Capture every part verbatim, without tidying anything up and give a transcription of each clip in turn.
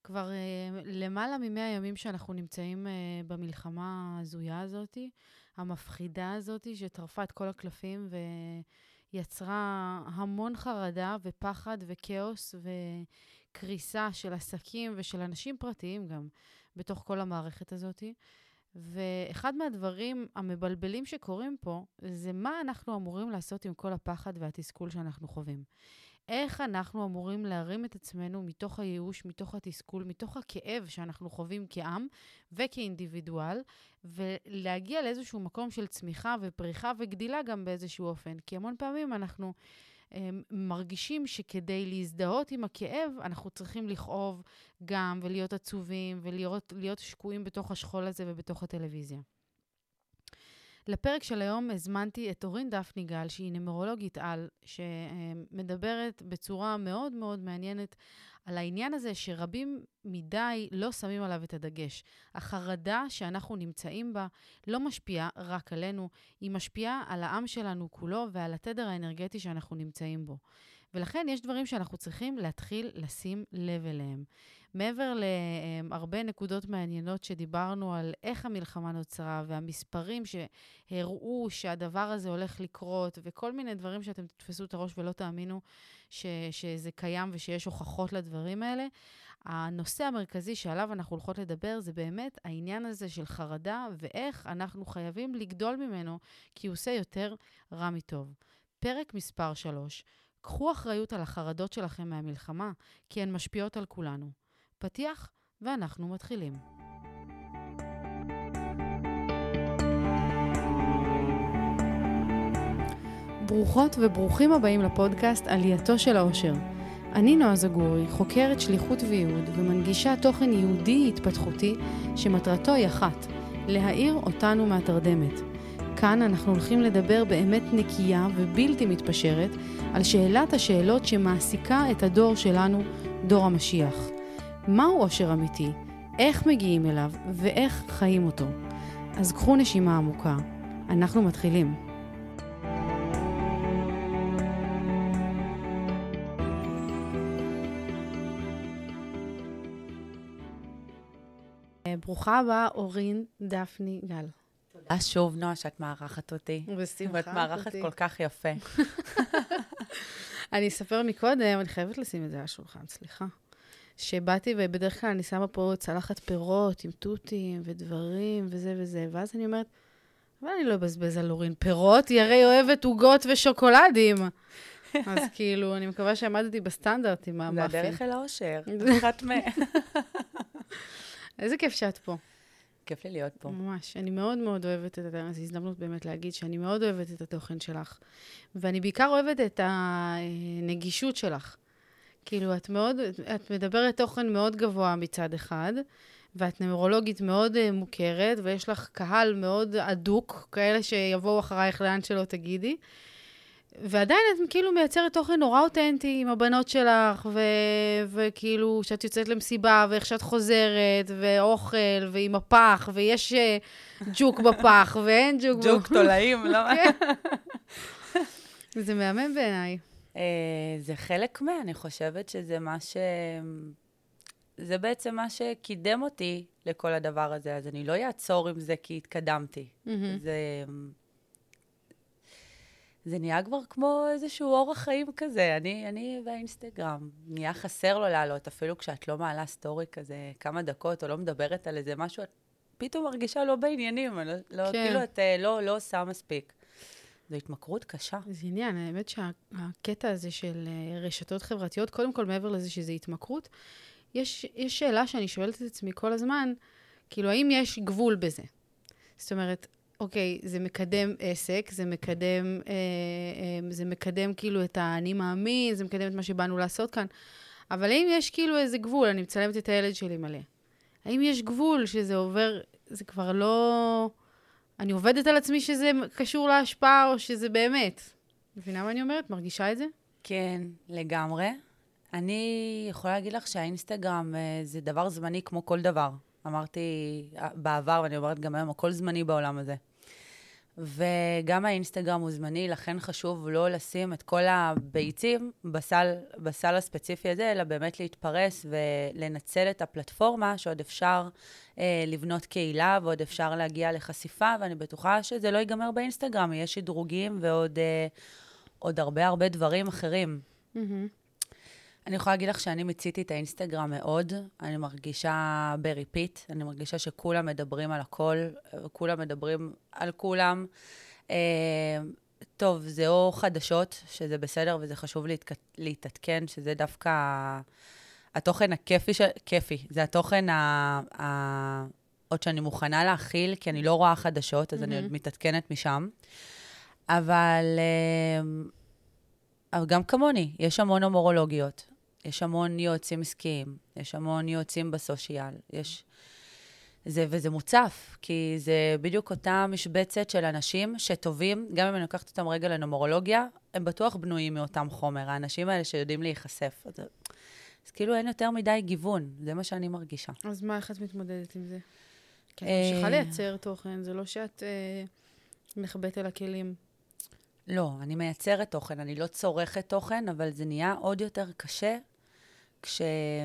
כבר uh, למעלה ממאה ימים שאנחנו נמצאים uh, במלחמה הזויה הזאת, המפחידה הזאת, שטרפה את כל הקלפים ויצרה המון חרדה ופחד וכאוס וקריסה של עסקים ושל אנשים פרטיים גם בתוך כל המערכת הזאת. ואחד מהדברים המבלבלים שקורים פה, זה מה אנחנו אמורים לעשות עם כל הפחד והתסכול שאנחנו חווים. איך אנחנו אמורים להרים את עצמנו מתוך הייאוש, מתוך התסכול, מתוך הכאב שאנחנו חווים כעם וכאינדיבידואל, ולהגיע לאיזשהו מקום של צמיחה ופריחה וגדילה גם באיזשהו אופן. כי המון פעמים אנחנו הם, מרגישים שכדי להזדהות עם הכאב, אנחנו צריכים לכאוב גם ולהיות עצובים ולהיות להיות שקועים בתוך השכול הזה ובתוך הטלוויזיה. לפרק של היום הזמנתי את אורין דפני גל, שהיא נומרולוגית על, שמדברת בצורה מאוד מאוד מעניינת על העניין הזה שרבים מדי לא שמים עליו את הדגש. החרדה שאנחנו נמצאים בה לא משפיעה רק עלינו, היא משפיעה על העם שלנו כולו ועל התדר האנרגטי שאנחנו נמצאים בו. ולכן יש דברים שאנחנו צריכים להתחיל לשים לב אליהם. מעבר להרבה נקודות מעניינות שדיברנו על איך המלחמה נוצרה והמספרים שהראו שהדבר הזה הולך לקרות וכל מיני דברים שאתם תתפסו את הראש ולא תאמינו ש- שזה קיים ושיש הוכחות לדברים האלה, הנושא המרכזי שעליו אנחנו הולכות לדבר זה באמת העניין הזה של חרדה ואיך אנחנו חייבים לגדול ממנו כי הוא עושה יותר רע מטוב. פרק מספר שלוש. קחו אחריות על החרדות שלכם מהמלחמה, כי הן משפיעות על כולנו. פתיח, ואנחנו מתחילים. ברוכות וברוכים הבאים לפודקאסט עלייתו של האושר. אני נועה זגורי, חוקרת שליחות וייעוד ומנגישה תוכן יהודי התפתחותי שמטרתו היא אחת, להאיר אותנו מהתרדמת. כאן אנחנו הולכים לדבר באמת נקייה ובלתי מתפשרת על שאלת השאלות שמעסיקה את הדור שלנו, דור המשיח. מהו אושר אמיתי? איך מגיעים אליו? ואיך חיים אותו? אז קחו נשימה עמוקה. אנחנו מתחילים. ברוכה הבאה, אורין דפני גל. תודה שוב, נועה, שאת מערכת אותי. בשמחה. ואת מערכת כל כך יפה. אני אספר מקודם, אני חייבת לשים את זה על השולחן, סליחה. שבאתי ובדרך כלל אני שמה פה צלחת פירות עם תותים ודברים וזה וזה, ואז אני אומרת, אבל אני לא אבזבז על אורין פירות, היא הרי אוהבת עוגות ושוקולדים. אז כאילו, אני מקווה שעמדתי בסטנדרטים המאפים. זה הדרך אל האושר, אחת מה. איזה כיף שאת פה. כיף לי להיות פה. ממש, אני מאוד מאוד אוהבת את זה, זו הזדמנות באמת להגיד שאני מאוד אוהבת את התוכן שלך, ואני בעיקר אוהבת את הנגישות שלך. כאילו, את מאוד, את מדברת תוכן מאוד גבוה מצד אחד, ואת נומרולוגית מאוד מוכרת, ויש לך קהל מאוד עדוק, כאלה שיבואו אחרייך לאן שלא תגידי, ועדיין את כאילו מייצרת תוכן נורא אותנטי עם הבנות שלך, ו- וכאילו שאת יוצאת למסיבה, ואיך שאת חוזרת, ואוכל, ועם הפח, ויש ג'וק בפח, ואין ג'וק. ג'וק תולעים, לא? זה מהמם בעיניי. זה חלק מה, אני חושבת שזה מה ש... זה בעצם מה שקידם אותי לכל הדבר הזה, אז אני לא אעצור עם זה כי התקדמתי. זה... זה נהיה כבר כמו איזשהו אורח חיים כזה. אני, אני והאינסטגרם, נהיה חסר לו לעלות, אפילו כשאת לא מעלה סטורי כזה כמה דקות, או לא מדברת על איזה משהו, את פתאום מרגישה לא בעניינים, לא, לא, כן. כאילו את לא, לא עושה מספיק. זו התמכרות קשה. זה עניין, האמת שהקטע הזה של רשתות חברתיות, קודם כל מעבר לזה שזה התמכרות, יש, יש שאלה שאני שואלת את עצמי כל הזמן, כאילו, האם יש גבול בזה? זאת אומרת, אוקיי, זה מקדם עסק, זה מקדם, אה, אה, זה מקדם כאילו את האני מאמין, זה מקדם את מה שבאנו לעשות כאן, אבל האם יש כאילו איזה גבול, אני מצלמת את הילד שלי מלא, האם יש גבול שזה עובר, זה כבר לא, אני עובדת על עצמי שזה קשור להשפעה, או שזה באמת, מבינה מה אני אומרת? מרגישה את זה? כן, לגמרי. אני יכולה להגיד לך שהאינסטגרם זה דבר זמני כמו כל דבר. אמרתי בעבר, ואני אומרת גם היום, הכל זמני בעולם הזה. וגם האינסטגרם הוא זמני, לכן חשוב לא לשים את כל הביצים בסל, בסל הספציפי הזה, אלא באמת להתפרס ולנצל את הפלטפורמה שעוד אפשר אה, לבנות קהילה, ועוד אפשר להגיע לחשיפה, ואני בטוחה שזה לא ייגמר באינסטגרם, יש שדרוגים ועוד אה, עוד הרבה הרבה דברים אחרים. Mm-hmm. אני יכולה להגיד לך שאני מציתי את האינסטגרם מאוד, אני מרגישה בריפיט, אני מרגישה שכולם מדברים על הכל, כולם מדברים על כולם. אה, טוב, זה או חדשות, שזה בסדר וזה חשוב להתק... להתעדכן, שזה דווקא התוכן הכיפי, ש... כיפי, זה התוכן ה... ה... עוד שאני מוכנה להכיל, כי אני לא רואה חדשות, אז mm-hmm. אני עוד מתעדכנת משם. אבל... אה, אבל גם כמוני, יש המון הומורולוגיות, יש המון יועצים עסקיים, יש המון יועצים בסושיאל, יש... זה, וזה מוצף, כי זה בדיוק אותה משבצת של אנשים שטובים, גם אם אני לוקחת אותם רגע לנומרולוגיה, הם בטוח בנויים מאותם חומר, האנשים האלה שיודעים להיחשף. אז, אז כאילו אין יותר מדי גיוון, זה מה שאני מרגישה. אז מה, איך את מתמודדת עם זה? כי את ממשיכה לייצר תוכן, זה לא שאת אה, נחבאת אל הכלים. לא, אני מייצרת תוכן, אני לא צורכת תוכן, אבל זה נהיה עוד יותר קשה כש...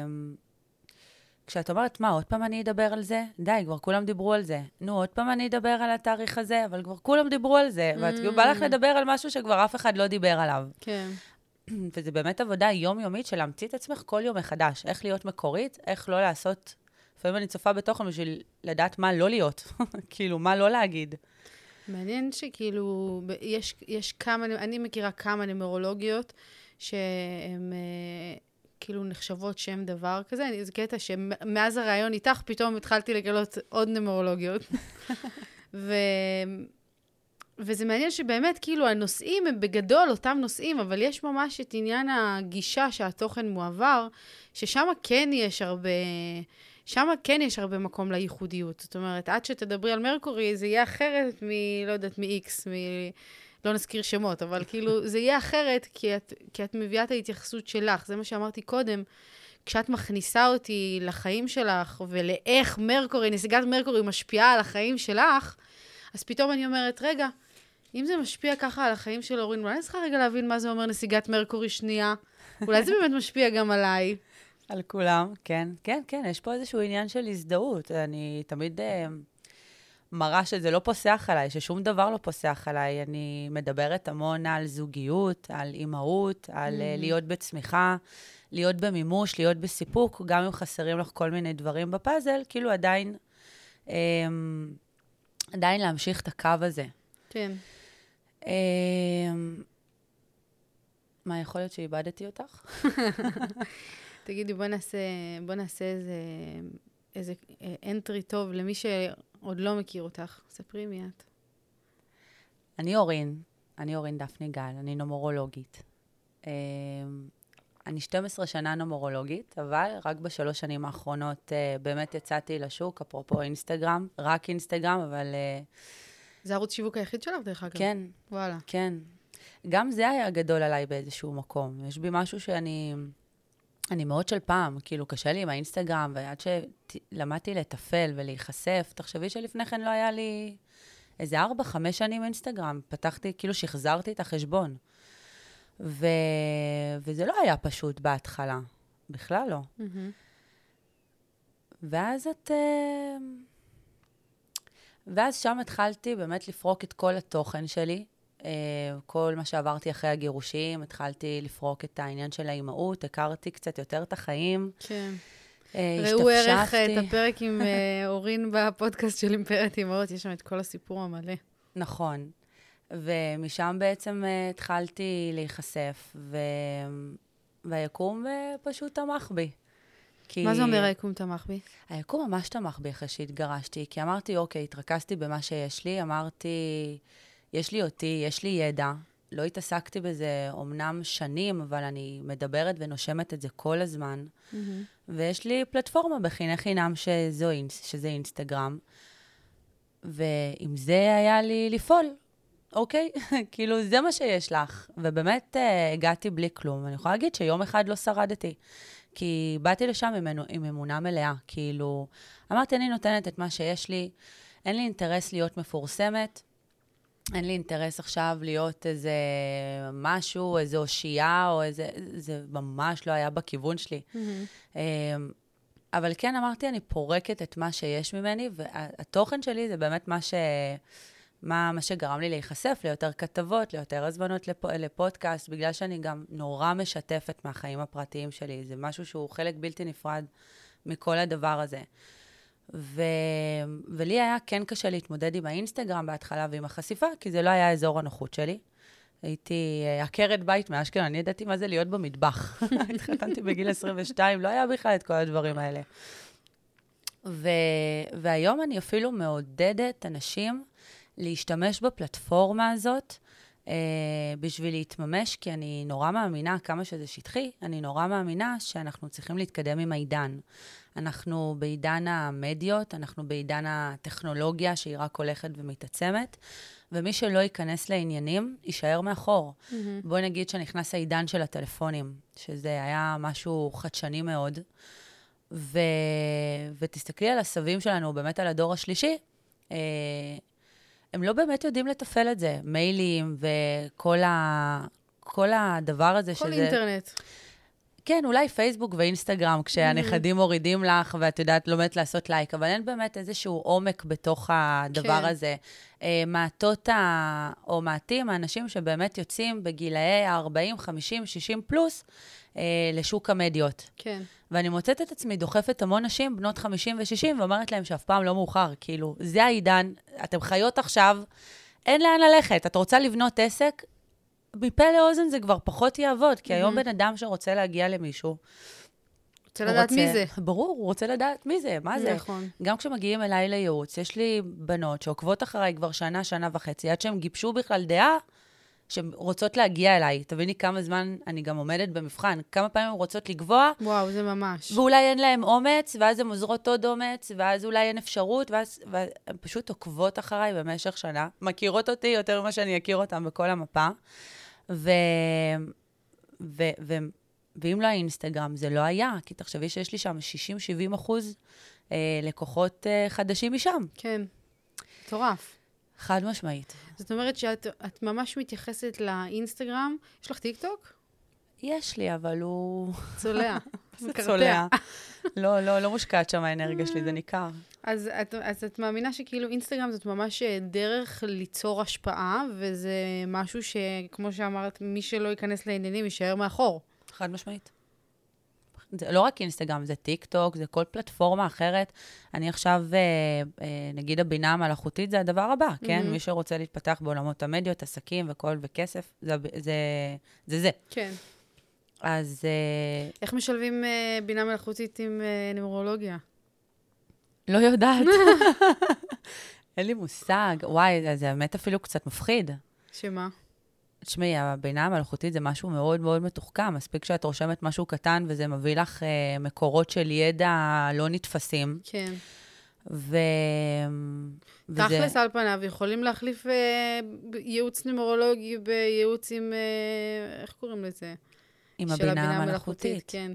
כשאת אומרת, מה, עוד פעם אני אדבר על זה? די, כבר כולם דיברו על זה. נו, עוד פעם אני אדבר על התאריך הזה, אבל כבר כולם דיברו על זה, ואת כאילו בא לך לדבר על משהו שכבר אף אחד לא דיבר עליו. כן. וזה באמת עבודה יומיומית של להמציא את עצמך כל יום מחדש. איך להיות מקורית, איך לא לעשות... לפעמים אני צופה בתוכן בשביל לדעת מה לא להיות, כאילו, מה לא להגיד. מעניין שכאילו, יש, יש כמה, אני מכירה כמה נומרולוגיות שהן כאילו נחשבות שם דבר כזה. זה קטע שמאז הרעיון איתך פתאום התחלתי לגלות עוד נומרולוגיות. ו... וזה מעניין שבאמת כאילו הנושאים הם בגדול אותם נושאים, אבל יש ממש את עניין הגישה שהתוכן מועבר, ששם כן יש הרבה... שם כן יש הרבה מקום לייחודיות. זאת אומרת, עד שתדברי על מרקורי, זה יהיה אחרת מ... לא יודעת, מ-X, מ... לא נזכיר שמות, אבל כאילו, זה יהיה אחרת, כי את, כי את מביאה את ההתייחסות שלך. זה מה שאמרתי קודם. כשאת מכניסה אותי לחיים שלך, ולאיך מרקורי, נסיגת מרקורי משפיעה על החיים שלך, אז פתאום אני אומרת, רגע, אם זה משפיע ככה על החיים של אורין, אולי אני צריכה רגע להבין מה זה אומר נסיגת מרקורי שנייה. אולי זה באמת משפיע גם עליי. על כולם, כן. כן, כן, יש פה איזשהו עניין של הזדהות. אני תמיד אה, מראה שזה לא פוסח עליי, ששום דבר לא פוסח עליי. אני מדברת המון על זוגיות, על אימהות, על mm-hmm. להיות בצמיחה, להיות במימוש, להיות בסיפוק, גם אם חסרים לך כל מיני דברים בפאזל, כאילו עדיין, אה, עדיין להמשיך את הקו הזה. כן. אה, מה, יכול להיות שאיבדתי אותך? תגידי, בוא נעשה, בוא נעשה איזה, איזה אנטרי טוב למי שעוד לא מכיר אותך. ספרי מי את. אני אורין, אני אורין דפני גל, אני נומרולוגית. אני שתים עשרה שנה נומרולוגית, אבל רק בשלוש שנים האחרונות באמת יצאתי לשוק, אפרופו אינסטגרם, רק אינסטגרם, אבל... זה ערוץ שיווק היחיד שלך, דרך אגב? כן. וואלה. כן. גם זה היה גדול עליי באיזשהו מקום. יש בי משהו שאני... אני מאוד של פעם, כאילו קשה לי עם האינסטגרם, ועד שלמדתי לטפל ולהיחשף, תחשבי שלפני כן לא היה לי איזה ארבע, חמש שנים אינסטגרם, פתחתי, כאילו שחזרתי את החשבון. ו... וזה לא היה פשוט בהתחלה, בכלל לא. Mm-hmm. ואז את... ואז שם התחלתי באמת לפרוק את כל התוכן שלי, כל מה שעברתי אחרי הגירושים, התחלתי לפרוק את העניין של האימהות, הכרתי קצת יותר את החיים. כן. ראו ערך את הפרק עם אורין בפודקאסט של אימפרית אימהות, יש שם את כל הסיפור המלא. נכון. ומשם בעצם התחלתי להיחשף, ו... והיקום פשוט תמך בי. כי... מה זה אומר היקום תמך בי? היקום ממש תמך בי אחרי שהתגרשתי, כי אמרתי, אוקיי, התרכזתי במה שיש לי, אמרתי... יש לי אותי, יש לי ידע, לא התעסקתי בזה אומנם שנים, אבל אני מדברת ונושמת את זה כל הזמן, mm-hmm. ויש לי פלטפורמה בחיני חינם שזו, שזה אינסטגרם, ועם זה היה לי לפעול, אוקיי? כאילו זה מה שיש לך, ובאמת uh, הגעתי בלי כלום, ואני יכולה להגיד שיום אחד לא שרדתי, כי באתי לשם עם, עם אמונה מלאה, כאילו, אמרתי, אני נותנת את מה שיש לי, אין לי אינטרס להיות מפורסמת, אין לי אינטרס עכשיו להיות איזה משהו, איזו אושייה, או איזה, זה ממש לא היה בכיוון שלי. Mm-hmm. אבל כן, אמרתי, אני פורקת את מה שיש ממני, והתוכן שלי זה באמת מה ש... מה, מה שגרם לי להיחשף, ליותר כתבות, ליותר הזמנות לפ... לפודקאסט, בגלל שאני גם נורא משתפת מהחיים הפרטיים שלי. זה משהו שהוא חלק בלתי נפרד מכל הדבר הזה. ו... ולי היה כן קשה להתמודד עם האינסטגרם בהתחלה ועם החשיפה, כי זה לא היה אזור הנוחות שלי. הייתי עקרת בית מאשקלון, אני ידעתי מה זה להיות במטבח. התחתנתי בגיל עשרים ושתיים, לא היה בכלל את כל הדברים האלה. ו... והיום אני אפילו מעודדת אנשים להשתמש בפלטפורמה הזאת אה, בשביל להתממש, כי אני נורא מאמינה, כמה שזה שטחי, אני נורא מאמינה שאנחנו צריכים להתקדם עם העידן. אנחנו בעידן המדיות, אנחנו בעידן הטכנולוגיה שהיא רק הולכת ומתעצמת, ומי שלא ייכנס לעניינים, יישאר מאחור. Mm-hmm. בואי נגיד שנכנס העידן של הטלפונים, שזה היה משהו חדשני מאוד, ו... ותסתכלי על הסבים שלנו, באמת על הדור השלישי, אה, הם לא באמת יודעים לתפעל את זה, מיילים וכל ה... כל הדבר הזה כל שזה... כל אינטרנט. כן, אולי פייסבוק ואינסטגרם, כשהנכדים מורידים לך, ואת יודעת, לומדת לעשות לייק, אבל אין באמת איזשהו עומק בתוך הדבר כן. הזה. מעטות ה... או מעטים, האנשים שבאמת יוצאים בגילאי ה-ארבעים, חמישים, שישים פלוס, לשוק המדיות. כן. ואני מוצאת את עצמי דוחפת המון נשים, בנות חמישים ושישים, ואומרת להם שאף פעם לא מאוחר. כאילו, זה העידן, אתם חיות עכשיו, אין לאן ללכת. את רוצה לבנות עסק, מפה לאוזן זה כבר פחות יעבוד, כי היום בן אדם שרוצה להגיע למישהו, רוצה לדעת מי זה. ברור, הוא רוצה לדעת מי זה, מה זה. נכון. גם כשמגיעים אליי לייעוץ, יש לי בנות שעוקבות אחריי כבר שנה, שנה וחצי, עד שהם גיבשו בכלל דעה, שרוצות להגיע אליי. תביני כמה זמן אני גם עומדת במבחן, כמה פעמים הן רוצות לגבוה. וואו, זה ממש. ואולי אין להם אומץ, ואז הן עוזרות עוד אומץ, ואז אולי אין אפשרות, ואז הן פשוט עוקבות אחריי במשך שנה, מכירות אותי יותר ממה שאני אכיר אותם בכל המפה. ו... ו... ו... ואם לא האינסטגרם, זה לא היה, כי תחשבי שיש לי שם שישים שבעים אחוז אה, לקוחות אה, חדשים משם. כן, מטורף. חד משמעית. זאת אומרת שאת את ממש מתייחסת לאינסטגרם, יש לך טיק טוק? יש לי, אבל הוא... צולע. זה צולע. לא, לא, לא מושקעת שם האנרגיה שלי, זה ניכר. אז את, אז את מאמינה שכאילו אינסטגרם זאת ממש דרך ליצור השפעה, וזה משהו שכמו שאמרת, מי שלא ייכנס לעניינים יישאר מאחור. חד משמעית. זה לא רק אינסטגרם, זה טיק טוק, זה כל פלטפורמה אחרת. אני עכשיו, נגיד הבינה המלאכותית, זה הדבר הבא, כן? מי שרוצה להתפתח בעולמות המדיות, עסקים וכל וכסף, זה זה. זה. כן. אז... איך משלבים בינה מלאכותית עם נומרולוגיה? לא יודעת. אין לי מושג. וואי, זה באמת אפילו קצת מפחיד. שמה? תשמעי, הבינה המלאכותית זה משהו מאוד מאוד מתוחכם. מספיק שאת רושמת משהו קטן, וזה מביא לך אה, מקורות של ידע לא נתפסים. כן. ו... תכלס וזה... על פניו, יכולים להחליף אה, ייעוץ נומרולוגי בייעוץ עם... אה, איך קוראים לזה? עם הבינה המלאכותית. כן.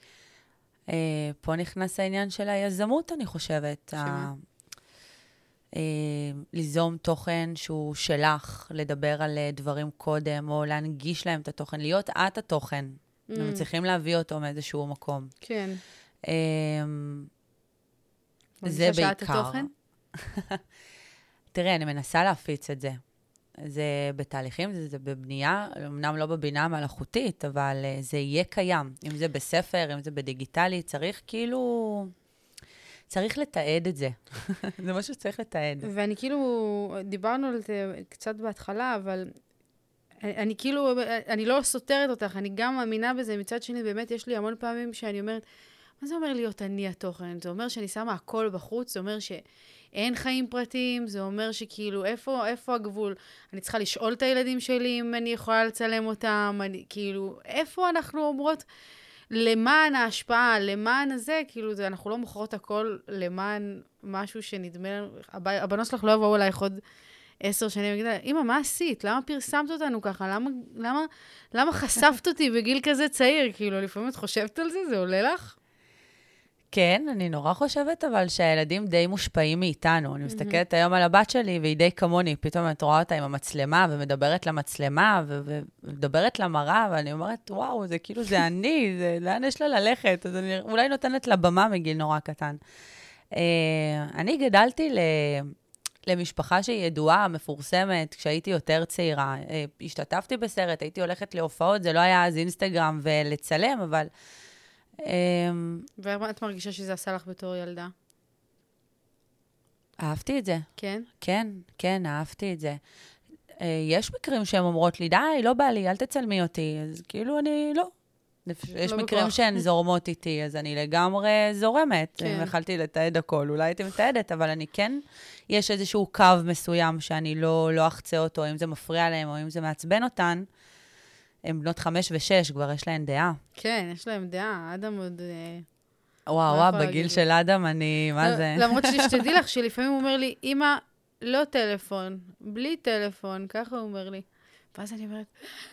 אה, פה נכנס העניין של היזמות, אני חושבת. שמה? אה, ליזום תוכן שהוא שלך, לדבר על דברים קודם, או להנגיש להם את התוכן, להיות את התוכן. Mm. הם צריכים להביא אותו מאיזשהו מקום. כן. אה, זה בעיקר. שאת התוכן? תראה, אני מנסה להפיץ את זה. זה בתהליכים, זה, זה בבנייה, אמנם לא בבינה המלאכותית, אבל זה יהיה קיים. אם זה בספר, אם זה בדיגיטלי, צריך כאילו... צריך לתעד את זה. זה משהו שצריך לתעד. ואני כאילו, דיברנו על זה קצת בהתחלה, אבל אני, אני כאילו, אני לא סותרת אותך, אני גם מאמינה בזה. מצד שני, באמת יש לי המון פעמים שאני אומרת, מה זה אומר להיות אני התוכן? זה אומר שאני שמה הכל בחוץ, זה אומר שאין חיים פרטיים, זה אומר שכאילו, איפה, איפה הגבול? אני צריכה לשאול את הילדים שלי אם אני יכולה לצלם אותם, אני, כאילו, איפה אנחנו אומרות... למען ההשפעה, למען הזה, כאילו, זה, אנחנו לא מוכרות הכל למען משהו שנדמה לנו, הב, הבנות שלך לא יבואו אלייך עוד עשר שנים, ויגידו, אמא, מה עשית? למה פרסמת אותנו ככה? למה, למה, למה חשפת אותי בגיל כזה צעיר? כאילו, לפעמים את חושבת על זה? זה עולה לך? כן, אני נורא חושבת, אבל שהילדים די מושפעים מאיתנו. אני מסתכלת היום על הבת שלי, והיא די כמוני. פתאום את רואה אותה עם המצלמה, ומדברת למצלמה, ומדברת למראה, ואני אומרת, וואו, זה כאילו, זה אני, זה, לאן יש לה ללכת? אז אני אולי נותנת לה במה מגיל נורא קטן. אני גדלתי ל... למשפחה שהיא ידועה, מפורסמת, כשהייתי יותר צעירה. השתתפתי בסרט, הייתי הולכת להופעות, זה לא היה אז אינסטגרם ולצלם, אבל... ומה את מרגישה שזה עשה לך בתור ילדה? אהבתי את זה. כן? כן, כן, אהבתי את זה. יש מקרים שהן אומרות לי, די, לא בא לי, אל תצלמי אותי. אז כאילו אני, לא. יש מקרים שהן זורמות איתי, אז אני לגמרי זורמת. אם יכלתי לתעד הכל, אולי הייתי מתעדת, אבל אני כן, יש איזשהו קו מסוים שאני לא, לא אחצה אותו, אם זה מפריע להם או אם זה מעצבן אותן. הן בנות חמש ושש, כבר יש להן דעה. כן, יש להן דעה. אדם עוד... וואו, וואו, בגיל של אדם אני, מה זה? למרות שתדעי לך שלפעמים הוא אומר לי, אמא, לא טלפון, בלי טלפון, ככה הוא אומר לי. ואז אני אומרת,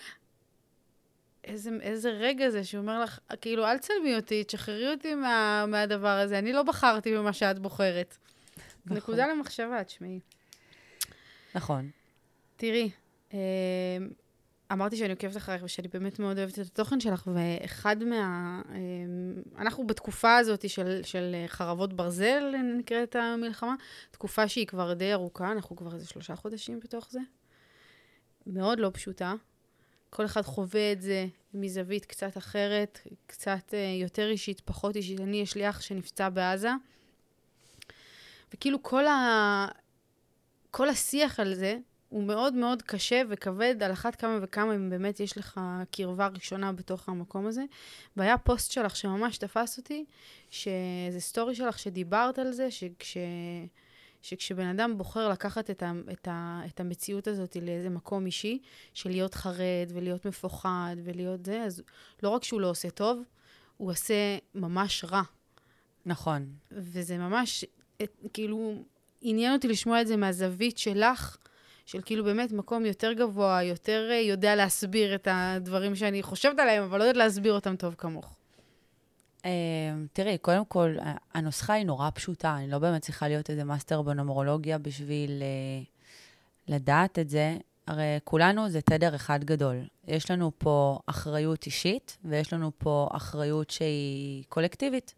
איזה, איזה רגע זה שהוא אומר לך, כאילו, אל צלמי אותי, תשחררי אותי מה, מהדבר הזה, אני לא בחרתי במה שאת בוחרת. נכון. נקודה למחשבה, תשמעי. נכון. תראי, אמרתי שאני עוקבת אחריך ושאני באמת מאוד אוהבת את התוכן שלך, ואחד מה... אנחנו בתקופה הזאת של, של חרבות ברזל, נקראת המלחמה, תקופה שהיא כבר די ארוכה, אנחנו כבר איזה שלושה חודשים בתוך זה. מאוד לא פשוטה. כל אחד חווה את זה מזווית קצת אחרת, קצת יותר אישית, פחות אישית. אני, יש לי אח שנפצע בעזה, וכאילו כל, ה... כל השיח על זה, הוא מאוד מאוד קשה וכבד על אחת כמה וכמה, אם באמת יש לך קרבה ראשונה בתוך המקום הזה. והיה פוסט שלך שממש תפס אותי, שזה סטורי שלך שדיברת על זה, שכש, שכשבן אדם בוחר לקחת את, ה, את, ה, את המציאות הזאת לאיזה מקום אישי, של להיות חרד ולהיות מפוחד ולהיות זה, אז לא רק שהוא לא עושה טוב, הוא עושה ממש רע. נכון. וזה ממש, כאילו, עניין אותי לשמוע את זה מהזווית שלך, של כאילו באמת מקום יותר גבוה, יותר יודע להסביר את הדברים שאני חושבת עליהם, אבל לא יודעת להסביר אותם טוב כמוך. תראי, קודם כל, הנוסחה היא נורא פשוטה, אני לא באמת צריכה להיות איזה מאסטר בנומרולוגיה בשביל לדעת את זה. הרי כולנו זה תדר אחד גדול. יש לנו פה אחריות אישית, ויש לנו פה אחריות שהיא קולקטיבית,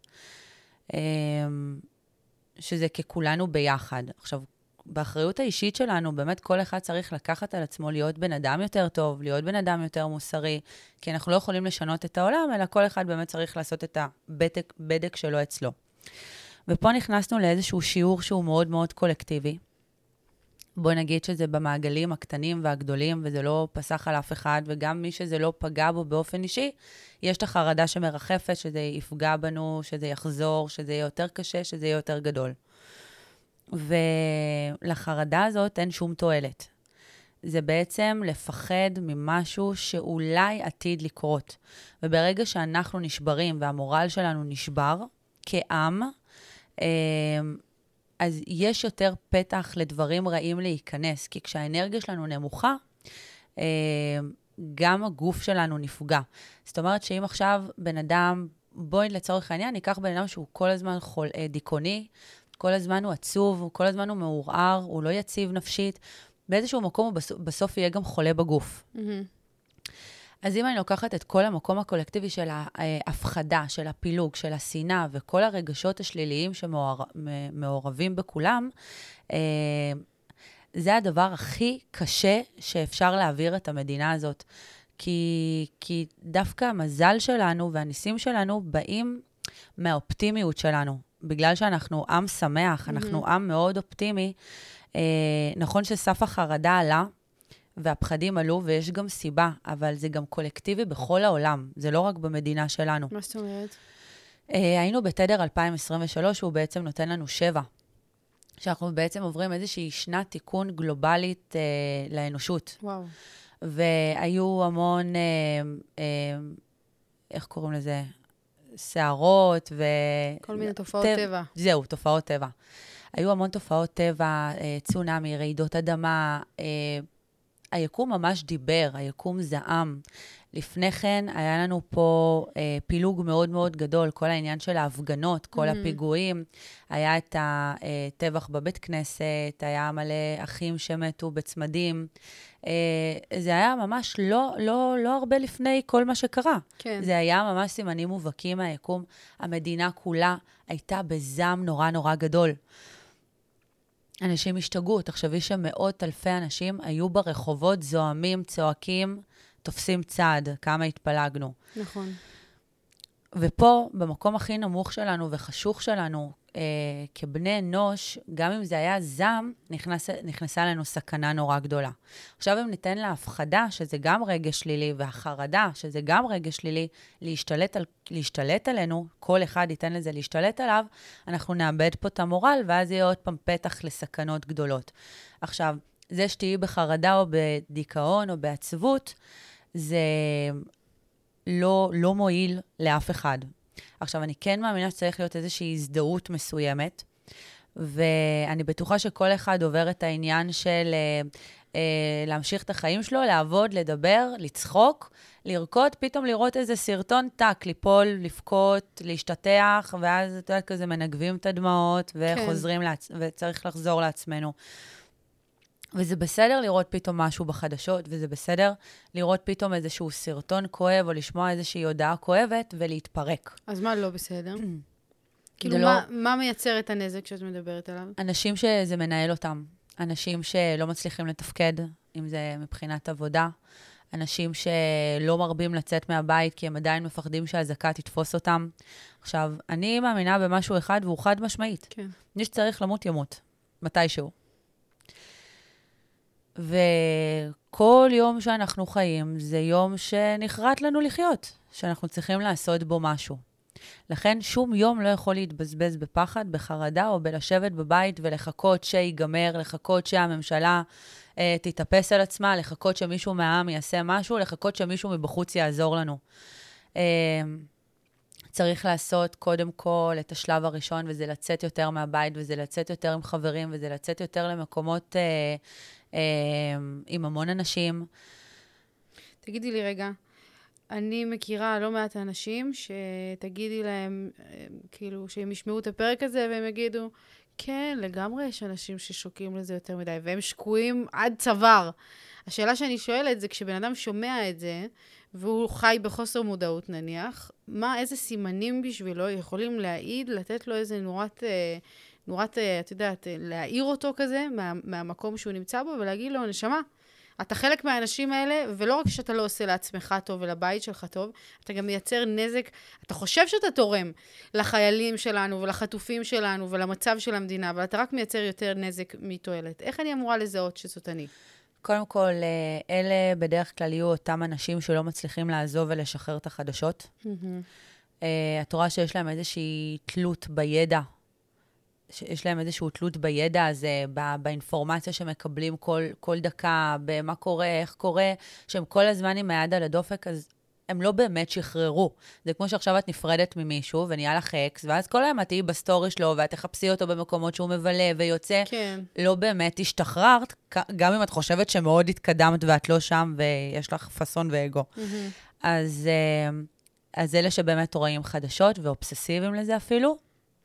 שזה ככולנו ביחד. עכשיו, באחריות האישית שלנו, באמת כל אחד צריך לקחת על עצמו להיות בן אדם יותר טוב, להיות בן אדם יותר מוסרי, כי אנחנו לא יכולים לשנות את העולם, אלא כל אחד באמת צריך לעשות את הבדק, בדק שלו אצלו. ופה נכנסנו לאיזשהו שיעור שהוא מאוד מאוד קולקטיבי. בואי נגיד שזה במעגלים הקטנים והגדולים, וזה לא פסח על אף אחד, וגם מי שזה לא פגע בו באופן אישי, יש את החרדה שמרחפת, שזה יפגע בנו, שזה יחזור, שזה יהיה יותר קשה, שזה יהיה יותר גדול. ולחרדה הזאת אין שום תועלת. זה בעצם לפחד ממשהו שאולי עתיד לקרות. וברגע שאנחנו נשברים והמורל שלנו נשבר כעם, אז יש יותר פתח לדברים רעים להיכנס, כי כשהאנרגיה שלנו נמוכה, גם הגוף שלנו נפגע. זאת אומרת שאם עכשיו בן אדם, בואי לצורך העניין, ניקח בן אדם שהוא כל הזמן חול, דיכאוני, כל הזמן הוא עצוב, כל הזמן הוא מעורער, הוא לא יציב נפשית, באיזשהו מקום הוא בסוף, בסוף יהיה גם חולה בגוף. Mm-hmm. אז אם אני לוקחת את כל המקום הקולקטיבי של ההפחדה, של הפילוג, של השנאה, וכל הרגשות השליליים שמעורבים בכולם, זה הדבר הכי קשה שאפשר להעביר את המדינה הזאת. כי, כי דווקא המזל שלנו והניסים שלנו באים מהאופטימיות שלנו. בגלל שאנחנו עם שמח, אנחנו mm-hmm. עם מאוד אופטימי, אה, נכון שסף החרדה עלה, והפחדים עלו, ויש גם סיבה, אבל זה גם קולקטיבי בכל העולם, זה לא רק במדינה שלנו. מה זאת אומרת? אה, היינו בתדר אלפיים עשרים ושלוש, הוא בעצם נותן לנו שבע, שאנחנו בעצם עוברים איזושהי שנת תיקון גלובלית אה, לאנושות. וואו. והיו המון, אה, אה, איך קוראים לזה? שערות ו... כל מיני תופעות טבע. טבע. זהו, תופעות טבע. היו המון תופעות טבע, צונאמי, רעידות אדמה, היקום ממש דיבר, היקום זעם. לפני כן היה לנו פה אה, פילוג מאוד מאוד גדול, כל העניין של ההפגנות, כל mm-hmm. הפיגועים, היה את הטבח בבית כנסת, היה מלא אחים שמתו בצמדים, אה, זה היה ממש לא, לא, לא הרבה לפני כל מה שקרה. כן. זה היה ממש סימנים מובהקים מהיקום, המדינה כולה הייתה בזעם נורא נורא גדול. אנשים השתגעו, תחשבי שמאות אלפי אנשים היו ברחובות, זועמים, צועקים, תופסים צעד, כמה התפלגנו. נכון. ופה, במקום הכי נמוך שלנו וחשוך שלנו, אה, כבני אנוש, גם אם זה היה זעם, נכנס, נכנסה לנו סכנה נורא גדולה. עכשיו אם ניתן להפחדה, שזה גם רגש שלילי, והחרדה, שזה גם רגש שלילי, להשתלט, על, להשתלט עלינו, כל אחד ייתן לזה להשתלט עליו, אנחנו נאבד פה את המורל, ואז יהיה עוד פעם פתח לסכנות גדולות. עכשיו, זה שתהיי בחרדה או בדיכאון או בעצבות, זה לא, לא מועיל לאף אחד. עכשיו, אני כן מאמינה שצריך להיות איזושהי הזדהות מסוימת, ואני בטוחה שכל אחד עובר את העניין של אה, אה, להמשיך את החיים שלו, לעבוד, לדבר, לצחוק, לרקוד, פתאום לראות איזה סרטון טק, ליפול, לפקוט, להשתתח, ואז את יודעת כזה מנגבים את הדמעות, וחוזרים, כן. לעצ... וצריך לחזור לעצמנו. וזה בסדר לראות פתאום משהו בחדשות, וזה בסדר לראות פתאום איזשהו סרטון כואב, או לשמוע איזושהי הודעה כואבת, ולהתפרק. אז מה לא בסדר? כאילו, לא... מה, מה מייצר את הנזק שאת מדברת עליו? אנשים שזה מנהל אותם. אנשים שלא מצליחים לתפקד, אם זה מבחינת עבודה. אנשים שלא מרבים לצאת מהבית, כי הם עדיין מפחדים שהזקה תתפוס אותם. עכשיו, אני מאמינה במשהו אחד, והוא חד משמעית. כן. מי שצריך למות, ימות. מתישהו. וכל יום שאנחנו חיים, זה יום שנחרט לנו לחיות, שאנחנו צריכים לעשות בו משהו. לכן שום יום לא יכול להתבזבז בפחד, בחרדה, או בלשבת בבית ולחכות שיגמר, לחכות שהממשלה אה, תתאפס על עצמה, לחכות שמישהו מהעם יעשה משהו, לחכות שמישהו מבחוץ יעזור לנו. אה, צריך לעשות קודם כל את השלב הראשון, וזה לצאת יותר מהבית, וזה לצאת יותר עם חברים, וזה לצאת יותר למקומות אה, אה, עם המון אנשים. תגידי לי רגע, אני מכירה לא מעט אנשים שתגידי להם, כאילו, שהם ישמעו את הפרק הזה, והם יגידו, כן, לגמרי יש אנשים ששוקים לזה יותר מדי, והם שקועים עד צוואר. השאלה שאני שואלת זה, כשבן אדם שומע את זה, והוא חי בחוסר מודעות נניח, מה, איזה סימנים בשבילו יכולים להעיד, לתת לו איזה נורת, נורת, את יודעת, להעיר אותו כזה, מה, מהמקום שהוא נמצא בו, ולהגיד לו, נשמה, אתה חלק מהאנשים האלה, ולא רק שאתה לא עושה לעצמך טוב ולבית שלך טוב, אתה גם מייצר נזק, אתה חושב שאתה תורם לחיילים שלנו ולחטופים שלנו ולמצב של המדינה, אבל אתה רק מייצר יותר נזק מתועלת. איך אני אמורה לזהות שזאת אני? קודם כל, אלה בדרך כלל יהיו אותם אנשים שלא מצליחים לעזוב ולשחרר את החדשות. Mm-hmm. את רואה שיש להם איזושהי תלות בידע, יש להם איזושהי תלות בידע הזה, באינפורמציה שמקבלים כל, כל דקה, במה קורה, איך קורה, שהם כל הזמן עם היד על הדופק, אז הם לא באמת שחררו. זה כמו שעכשיו את נפרדת ממישהו, ונהיה לך אקס, ואז כל היום את תהיי בסטורי שלו, ואת תחפשי אותו במקומות שהוא מבלה ויוצא. כן. לא באמת השתחררת, גם אם את חושבת שמאוד התקדמת ואת לא שם, ויש לך פסון ואגו. Mm-hmm. אז, אז אלה שבאמת רואים חדשות, ואובססיביים לזה אפילו,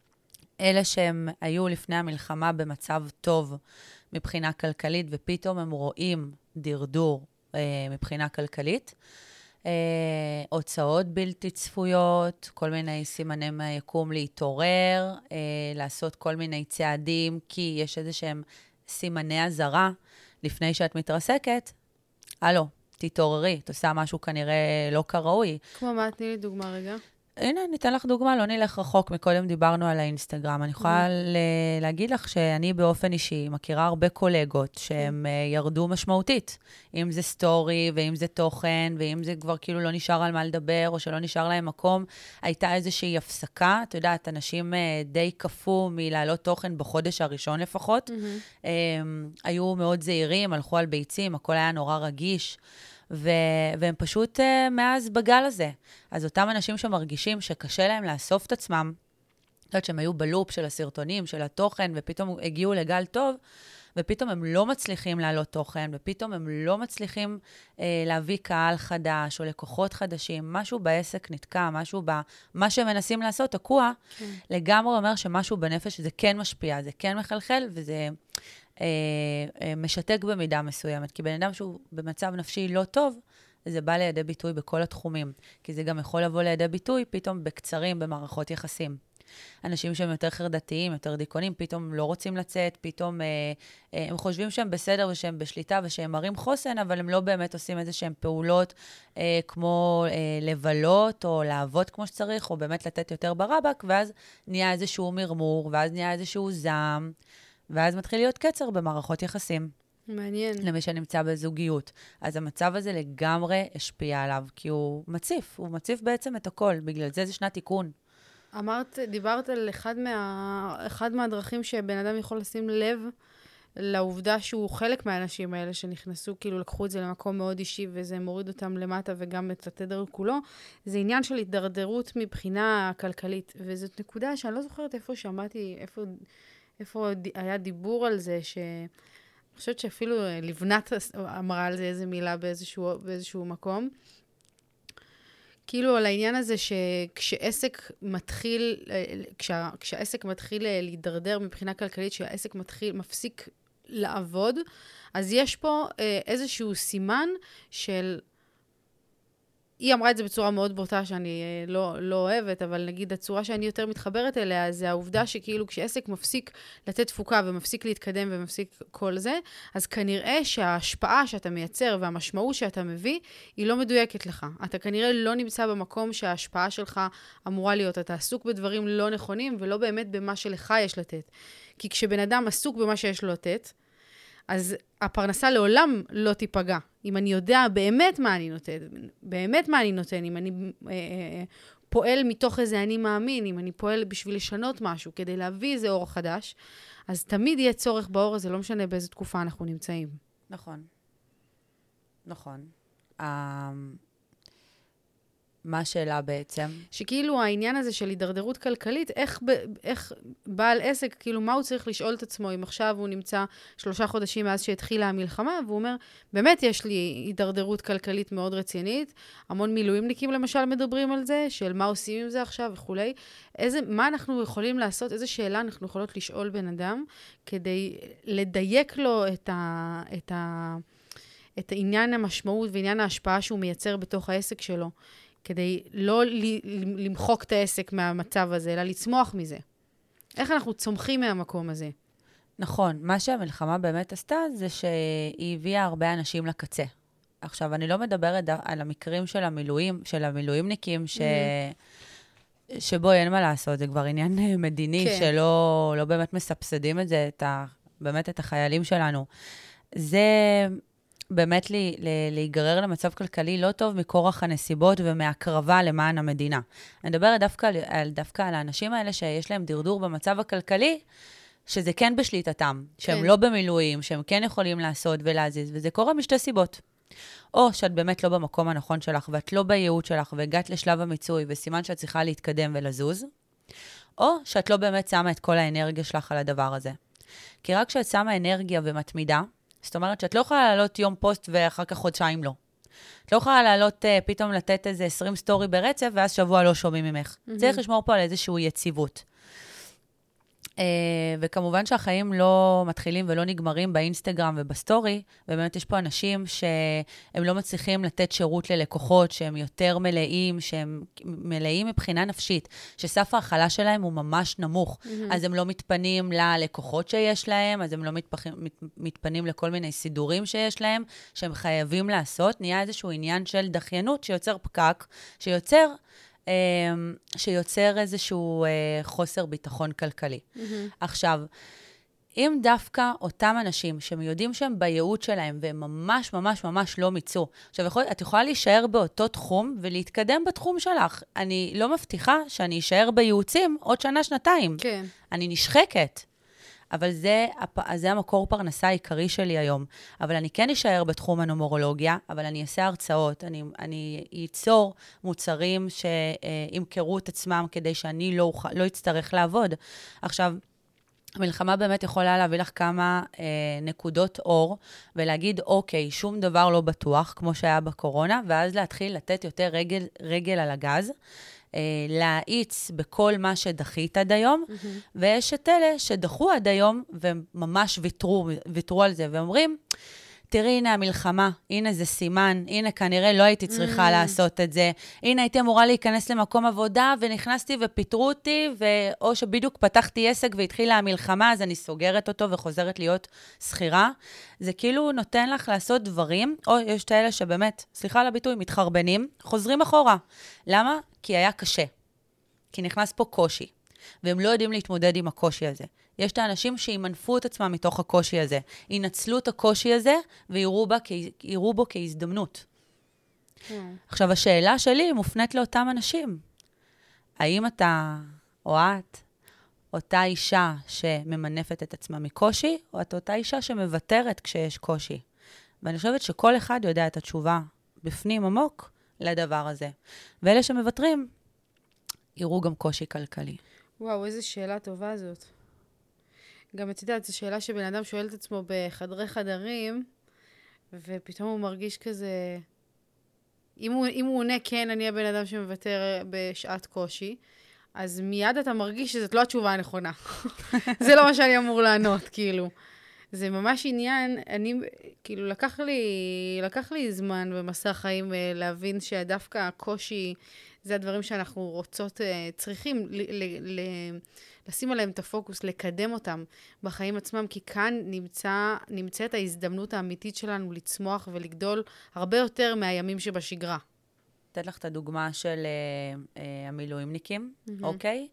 אלה שהם היו לפני המלחמה במצב טוב מבחינה כלכלית, ופתאום הם רואים דרדור אה, מבחינה כלכלית. אה, הוצאות בלתי צפויות, כל מיני סימני מהיקום להתעורר, אה, לעשות כל מיני צעדים, כי יש איזה שהם סימני הזרה לפני שאת מתרסקת. הלו, תתעוררי, את עושה משהו כנראה לא כראוי. כמו מה? תני לי דוגמה רגע. הנה, ניתן לך דוגמה, לא נלך רחוק, מקודם דיברנו על האינסטגרם. אני יכולה להגיד לך שאני באופן אישי מכירה הרבה קולגות שהם ירדו משמעותית. אם זה סטורי, ואם זה תוכן, ואם זה כבר כאילו לא נשאר על מה לדבר, או שלא נשאר להם מקום, הייתה איזושהי הפסקה. את יודעת, אנשים די קפו מלהעלות תוכן בחודש הראשון לפחות. היו מאוד זהירים, הלכו על ביצים, הכל היה נורא רגיש. ו- והם פשוט uh, מאז בגל הזה. אז אותם אנשים שמרגישים שקשה להם לאסוף את עצמם, זאת אומרת שהם היו בלופ של הסרטונים, של התוכן, ופתאום הגיעו לגל טוב, ופתאום הם לא מצליחים להעלות תוכן, ופתאום הם לא מצליחים אה, להביא קהל חדש, או לקוחות חדשים, משהו בעסק נתקע, משהו במה שהם מנסים לעשות, תקוע, כן. לגמרי אומר שמשהו בנפש זה כן משפיע, זה כן מחלחל, וזה אה, אה, משתק במידה מסוימת, כי בן אדם שהוא במצב נפשי לא טוב, זה בא לידי ביטוי בכל התחומים, כי זה גם יכול לבוא לידי ביטוי פתאום בקצרים במערכות יחסים. אנשים שהם יותר חרדתיים, יותר דיכאונים, פתאום לא רוצים לצאת, פתאום אה, אה, הם חושבים שהם בסדר ושהם בשליטה ושהם מראים חוסן, אבל הם לא באמת עושים איזה שהם פעולות אה, כמו אה, לבלות או לעבוד כמו שצריך, או באמת לתת יותר ברבק, ואז נהיה איזשהו מרמור, ואז נהיה איזשהו זעם, ואז מתחיל להיות קצר במערכות יחסים. מעניין. למי שנמצא בזוגיות. אז המצב הזה לגמרי השפיע עליו, כי הוא מציף, הוא מציף בעצם את הכל, בגלל זה זה שנת תיקון. אמרת, דיברת על אחד, מה, אחד מהדרכים שבן אדם יכול לשים לב לעובדה שהוא חלק מהאנשים האלה שנכנסו, כאילו לקחו את זה למקום מאוד אישי, וזה מוריד אותם למטה וגם את התדר כולו, זה עניין של התדרדרות מבחינה כלכלית, וזאת נקודה שאני לא זוכרת איפה שמעתי, איפה, איפה היה דיבור על זה, ש... אני חושבת שאפילו לבנת אמרה על זה איזה מילה באיזשהו, באיזשהו מקום. כאילו על העניין הזה שכשעסק מתחיל, כשה, כשהעסק מתחיל להידרדר מבחינה כלכלית, שהעסק מתחיל, מפסיק לעבוד, אז יש פה איזשהו סימן של... היא אמרה את זה בצורה מאוד בוטה שאני לא, לא אוהבת, אבל נגיד הצורה שאני יותר מתחברת אליה, זה העובדה שכאילו כשעסק מפסיק לתת תפוקה ומפסיק להתקדם ומפסיק כל זה, אז כנראה שההשפעה שאתה מייצר והמשמעות שאתה מביא, היא לא מדויקת לך. אתה כנראה לא נמצא במקום שההשפעה שלך אמורה להיות. אתה עסוק בדברים לא נכונים ולא באמת במה שלך יש לתת. כי כשבן אדם עסוק במה שיש לו לתת, אז הפרנסה לעולם לא תיפגע. אם אני יודע באמת מה אני נותן, באמת מה אני נותן, אם אני אה, אה, פועל מתוך איזה אני מאמין, אם אני פועל בשביל לשנות משהו, כדי להביא איזה אור חדש, אז תמיד יהיה צורך באור הזה, לא משנה באיזו תקופה אנחנו נמצאים. נכון. נכון. Um... מה השאלה בעצם? שכאילו העניין הזה של הידרדרות כלכלית, איך, איך בעל עסק, כאילו מה הוא צריך לשאול את עצמו, אם עכשיו הוא נמצא שלושה חודשים מאז שהתחילה המלחמה, והוא אומר, באמת יש לי הידרדרות כלכלית מאוד רצינית, המון מילואימניקים למשל מדברים על זה, של מה עושים עם זה עכשיו וכולי, איזה, מה אנחנו יכולים לעשות, איזה שאלה אנחנו יכולות לשאול בן אדם, כדי לדייק לו את ה... את ה את העניין המשמעות ועניין ההשפעה שהוא מייצר בתוך העסק שלו, כדי לא למחוק את העסק מהמצב הזה, אלא לצמוח מזה. איך אנחנו צומחים מהמקום הזה? נכון, מה שהמלחמה באמת עשתה, זה שהיא הביאה הרבה אנשים לקצה. עכשיו, אני לא מדברת על המקרים של המילואים, של המילואימניקים, ש... mm-hmm. שבו אין מה לעשות, זה כבר עניין מדיני, כן. שלא לא באמת מסבסדים את זה, את ה... באמת את החיילים שלנו. זה... באמת לי, להיגרר למצב כלכלי לא טוב מכורח הנסיבות ומהקרבה למען המדינה. אני מדברת דווקא על, דווקא על האנשים האלה שיש להם דרדור במצב הכלכלי, שזה כן בשליטתם, שהם כן. לא במילואים, שהם כן יכולים לעשות ולהזיז, וזה קורה משתי סיבות. או שאת באמת לא במקום הנכון שלך, ואת לא בייעוד שלך, והגעת לשלב המיצוי, וסימן שאת צריכה להתקדם ולזוז, או שאת לא באמת שמה את כל האנרגיה שלך על הדבר הזה. כי רק כשאת שמה אנרגיה ומתמידה, זאת אומרת שאת לא יכולה לעלות יום פוסט ואחר כך חודשיים לא. את לא יכולה לעלות uh, פתאום לתת איזה עשרים סטורי ברצף, ואז שבוע לא שומעים ממך. Mm-hmm. צריך לשמור פה על איזושהי יציבות. Uh, וכמובן שהחיים לא מתחילים ולא נגמרים באינסטגרם ובסטורי, ובאמת יש פה אנשים שהם לא מצליחים לתת שירות ללקוחות, שהם יותר מלאים, שהם מלאים מבחינה נפשית, שסף ההכלה שלהם הוא ממש נמוך. Mm-hmm. אז הם לא מתפנים ללקוחות שיש להם, אז הם לא מתפחים, מת, מתפנים לכל מיני סידורים שיש להם, שהם חייבים לעשות. נהיה איזשהו עניין של דחיינות שיוצר פקק, שיוצר... שיוצר איזשהו חוסר ביטחון כלכלי. Mm-hmm. עכשיו, אם דווקא אותם אנשים שהם יודעים שהם בייעוד שלהם, והם ממש ממש ממש לא מיצו, עכשיו, יכול, את יכולה להישאר באותו תחום ולהתקדם בתחום שלך. אני לא מבטיחה שאני אשאר בייעוצים עוד שנה, שנתיים. כן. אני נשחקת. אבל זה, זה המקור פרנסה העיקרי שלי היום. אבל אני כן אשאר בתחום הנומרולוגיה, אבל אני אעשה הרצאות, אני, אני ייצור מוצרים שימכרו את עצמם כדי שאני לא, לא אצטרך לעבוד. עכשיו, המלחמה באמת יכולה להביא לך כמה אה, נקודות אור, ולהגיד, אוקיי, שום דבר לא בטוח, כמו שהיה בקורונה, ואז להתחיל לתת יותר רגל, רגל על הגז, אה, להאיץ בכל מה שדחית עד היום, mm-hmm. ויש את אלה שדחו עד היום, וממש ויתרו, ויתרו על זה, ואומרים, תראי, הנה המלחמה, הנה זה סימן, הנה כנראה לא הייתי צריכה mm. לעשות את זה, הנה הייתי אמורה להיכנס למקום עבודה, ונכנסתי ופיטרו אותי, או שבדיוק פתחתי עסק והתחילה המלחמה, אז אני סוגרת אותו וחוזרת להיות שכירה. זה כאילו נותן לך לעשות דברים, או יש את האלה שבאמת, סליחה על הביטוי, מתחרבנים, חוזרים אחורה. למה? כי היה קשה. כי נכנס פה קושי, והם לא יודעים להתמודד עם הקושי הזה. יש את האנשים שימנפו את עצמם מתוך הקושי הזה, ינצלו את הקושי הזה ויראו בה, יראו בו כהזדמנות. Mm. עכשיו, השאלה שלי מופנית לאותם אנשים. האם אתה או את, אותה אישה שממנפת את עצמה מקושי, או את אותה אישה שמוותרת כשיש קושי? ואני חושבת שכל אחד יודע את התשובה בפנים עמוק לדבר הזה. ואלה שמוותרים, יראו גם קושי כלכלי. וואו, איזו שאלה טובה זאת. גם את יודעת, זו שאלה שבן אדם שואל את עצמו בחדרי חדרים, ופתאום הוא מרגיש כזה, אם הוא, אם הוא עונה כן, אני הבן אדם שמוותר בשעת קושי, אז מיד אתה מרגיש שזאת לא התשובה הנכונה. זה לא מה שאני אמור לענות, כאילו. זה ממש עניין, אני, כאילו, לקח לי, לקח לי זמן במסע חיים להבין שדווקא הקושי, זה הדברים שאנחנו רוצות, צריכים ל, ל, ל, לשים עליהם את הפוקוס, לקדם אותם בחיים עצמם, כי כאן נמצא, נמצאת ההזדמנות האמיתית שלנו לצמוח ולגדול הרבה יותר מהימים שבשגרה. אתן לך את הדוגמה של uh, uh, המילואימניקים, mm-hmm. אוקיי?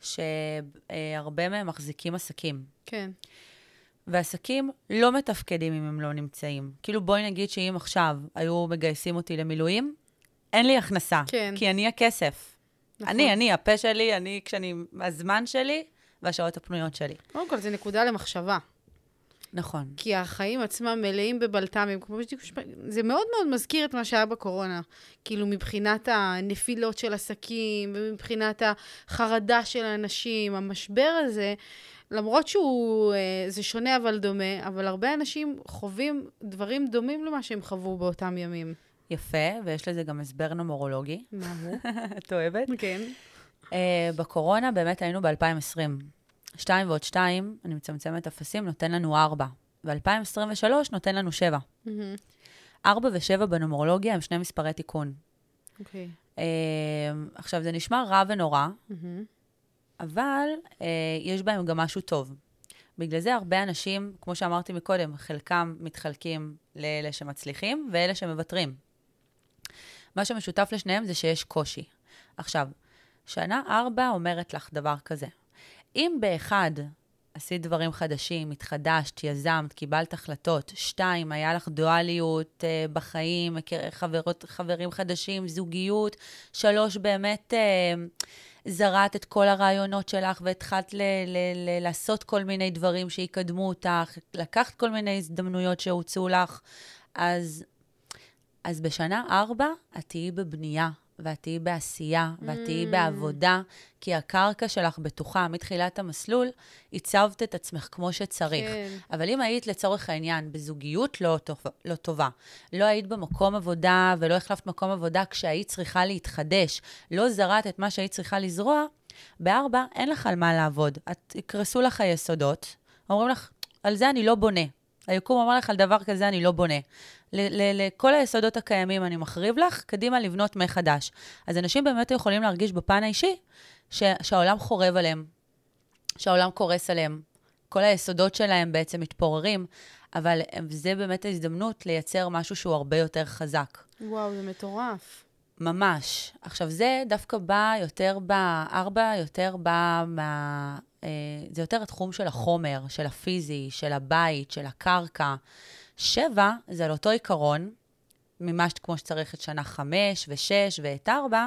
שהרבה מהם מחזיקים עסקים. כן. ועסקים לא מתפקדים אם הם לא נמצאים. כאילו בואי נגיד שאם עכשיו היו מגייסים אותי למילואים, אין לי הכנסה, כן. כי אני הכסף. נכון. אני, אני, הפה שלי, אני, כשאני, הזמן שלי והשעות הפנויות שלי. קודם כל, זה נקודה למחשבה. נכון. כי החיים עצמם מלאים בבלת"מים, כמו בדיוק, זה מאוד מאוד מזכיר את מה שהיה בקורונה. כאילו, מבחינת הנפילות של עסקים, ומבחינת החרדה של האנשים, המשבר הזה, למרות שהוא, זה שונה אבל דומה, אבל הרבה אנשים חווים דברים דומים למה שהם חוו באותם ימים. יפה, ויש לזה גם הסבר נומרולוגי. מה הוא? את אוהבת? כן. Uh, בקורונה באמת היינו ב-אלפיים עשרים. שתיים ועוד שתיים, אני מצמצמת אפסים, נותן לנו ארבע. ב-אלפיים עשרים ושלוש נותן לנו שבע. Mm-hmm. ארבע ושבע בנומרולוגיה הם שני מספרי תיקון. אוקיי. Okay. Uh, עכשיו, זה נשמע רע ונורא, mm-hmm. אבל uh, יש בהם גם משהו טוב. בגלל זה הרבה אנשים, כמו שאמרתי מקודם, חלקם מתחלקים לאלה שמצליחים ואלה שמוותרים. מה שמשותף לשניהם זה שיש קושי. עכשיו, שנה ארבע אומרת לך דבר כזה. אם באחד עשית דברים חדשים, התחדשת, יזמת, קיבלת החלטות, שתיים, היה לך דואליות אה, בחיים, חברות, חברים חדשים, זוגיות, שלוש, באמת אה, זרעת את כל הרעיונות שלך והתחלת ל- ל- ל- לעשות כל מיני דברים שיקדמו אותך, לקחת כל מיני הזדמנויות שהוצאו לך, אז, אז בשנה ארבע את תהיי בבנייה. ואת תהיי בעשייה, ואת תהיי mm. בעבודה, כי הקרקע שלך בטוחה, מתחילת המסלול, הצבת את עצמך כמו שצריך. כן. אבל אם היית לצורך העניין בזוגיות לא, טוב, לא טובה, לא היית במקום עבודה, ולא החלפת מקום עבודה כשהיית צריכה להתחדש, לא זרעת את מה שהיית צריכה לזרוע, בארבע אין לך על מה לעבוד. את יקרסו לך היסודות, אומרים לך, על זה אני לא בונה. היקום אומר לך על דבר כזה אני לא בונה. לכל היסודות הקיימים אני מחריב לך, קדימה לבנות מחדש. אז אנשים באמת יכולים להרגיש בפן האישי, שהעולם חורב עליהם, שהעולם קורס עליהם. כל היסודות שלהם בעצם מתפוררים, אבל זה באמת ההזדמנות לייצר משהו שהוא הרבה יותר חזק. וואו, זה מטורף. ממש. עכשיו, זה דווקא בא יותר בארבע, יותר בא מה... זה יותר התחום של החומר, של הפיזי, של הבית, של הקרקע. שבע, זה על אותו עיקרון, ממש כמו שצריך את שנה חמש ושש ואת ארבע,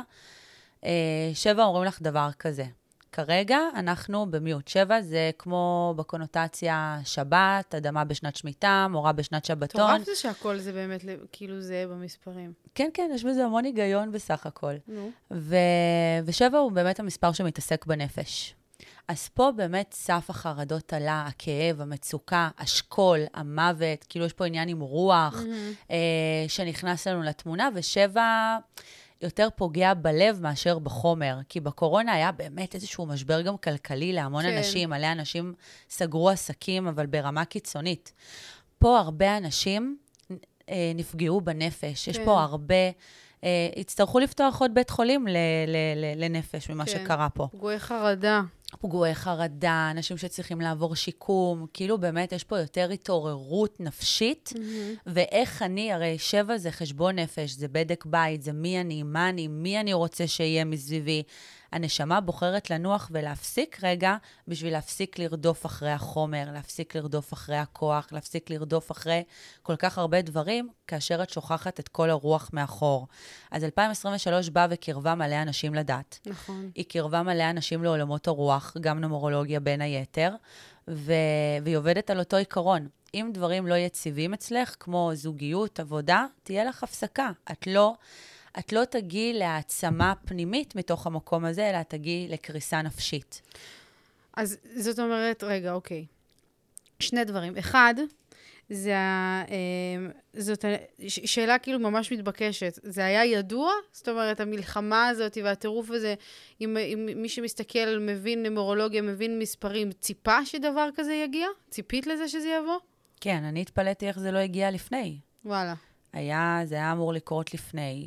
שבע אומרים לך דבר כזה. כרגע אנחנו במיעוט. שבע זה כמו בקונוטציה שבת, אדמה בשנת שמיטה, מורה בשנת שבתון. תורף זה שהכל זה באמת כאילו זה במספרים. כן, כן, יש בזה המון היגיון בסך הכל. נו. ו... ושבע הוא באמת המספר שמתעסק בנפש. אז פה באמת סף החרדות עלה, הכאב, המצוקה, השכול, המוות, כאילו יש פה עניין עם רוח, mm-hmm. אה, שנכנס לנו לתמונה, ושבע יותר פוגע בלב מאשר בחומר, כי בקורונה היה באמת איזשהו משבר גם כלכלי להמון כן. אנשים, מלא אנשים סגרו עסקים, אבל ברמה קיצונית. פה הרבה אנשים אה, נפגעו בנפש, כן. יש פה הרבה... Uh, הצטרכו לפתוח עוד בית חולים ל- ל- ל- לנפש ממה כן. שקרה פה. פגועי חרדה. פגועי חרדה, אנשים שצריכים לעבור שיקום, כאילו באמת יש פה יותר התעוררות נפשית, mm-hmm. ואיך אני, הרי שבע זה חשבון נפש, זה בדק בית, זה מי אני, מה אני, מי אני רוצה שיהיה מסביבי. הנשמה בוחרת לנוח ולהפסיק רגע, בשביל להפסיק לרדוף אחרי החומר, להפסיק לרדוף אחרי הכוח, להפסיק לרדוף אחרי כל כך הרבה דברים, כאשר את שוכחת את כל הרוח מאחור. אז אלפיים עשרים ושלוש בא וקרבה מלא אנשים לדת. נכון. היא קרבה מלא אנשים לעולמות הרוח, גם נומרולוגיה בין היתר, ו... והיא עובדת על אותו עיקרון. אם דברים לא יציבים אצלך, כמו זוגיות, עבודה, תהיה לך הפסקה. את לא... את לא תגיעי להעצמה פנימית מתוך המקום הזה, אלא תגיעי לקריסה נפשית. אז זאת אומרת, רגע, אוקיי. שני דברים. אחד, זה, אה, זאת שאלה כאילו ממש מתבקשת. זה היה ידוע? זאת אומרת, המלחמה הזאת והטירוף הזה, אם, אם מי שמסתכל מבין נומרולוגיה, מבין מספרים, ציפה שדבר כזה יגיע? ציפית לזה שזה יבוא? כן, אני התפלאתי איך זה לא הגיע לפני. וואלה. היה, זה היה אמור לקרות לפני.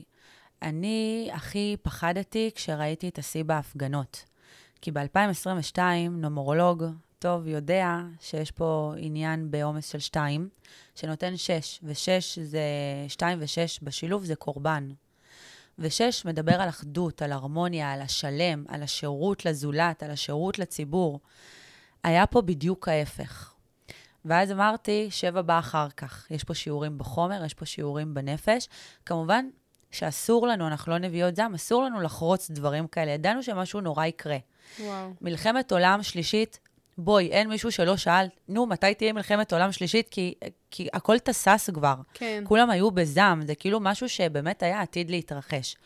אני הכי פחדתי כשראיתי את השיא בהפגנות. כי ב-אלפיים עשרים ושתיים נומרולוג טוב יודע שיש פה עניין בעומס של שתיים, שנותן שש, ושש זה, שתיים ושש בשילוב זה קורבן. ושש מדבר על אחדות, על הרמוניה, על השלם, על השירות לזולת, על השירות לציבור. היה פה בדיוק ההפך. ואז אמרתי, שבע בא אחר כך. יש פה שיעורים בחומר, יש פה שיעורים בנפש. כמובן, שאסור לנו, אנחנו לא נביאות זעם, אסור לנו לחרוץ דברים כאלה. ידענו שמשהו נורא יקרה. וואו. מלחמת עולם שלישית, בואי, אין מישהו שלא שאל, נו, מתי תהיה מלחמת עולם שלישית? כי, כי הכל תסס כבר. כן. כולם היו בזעם, זה כאילו משהו שבאמת היה עתיד להתרחש.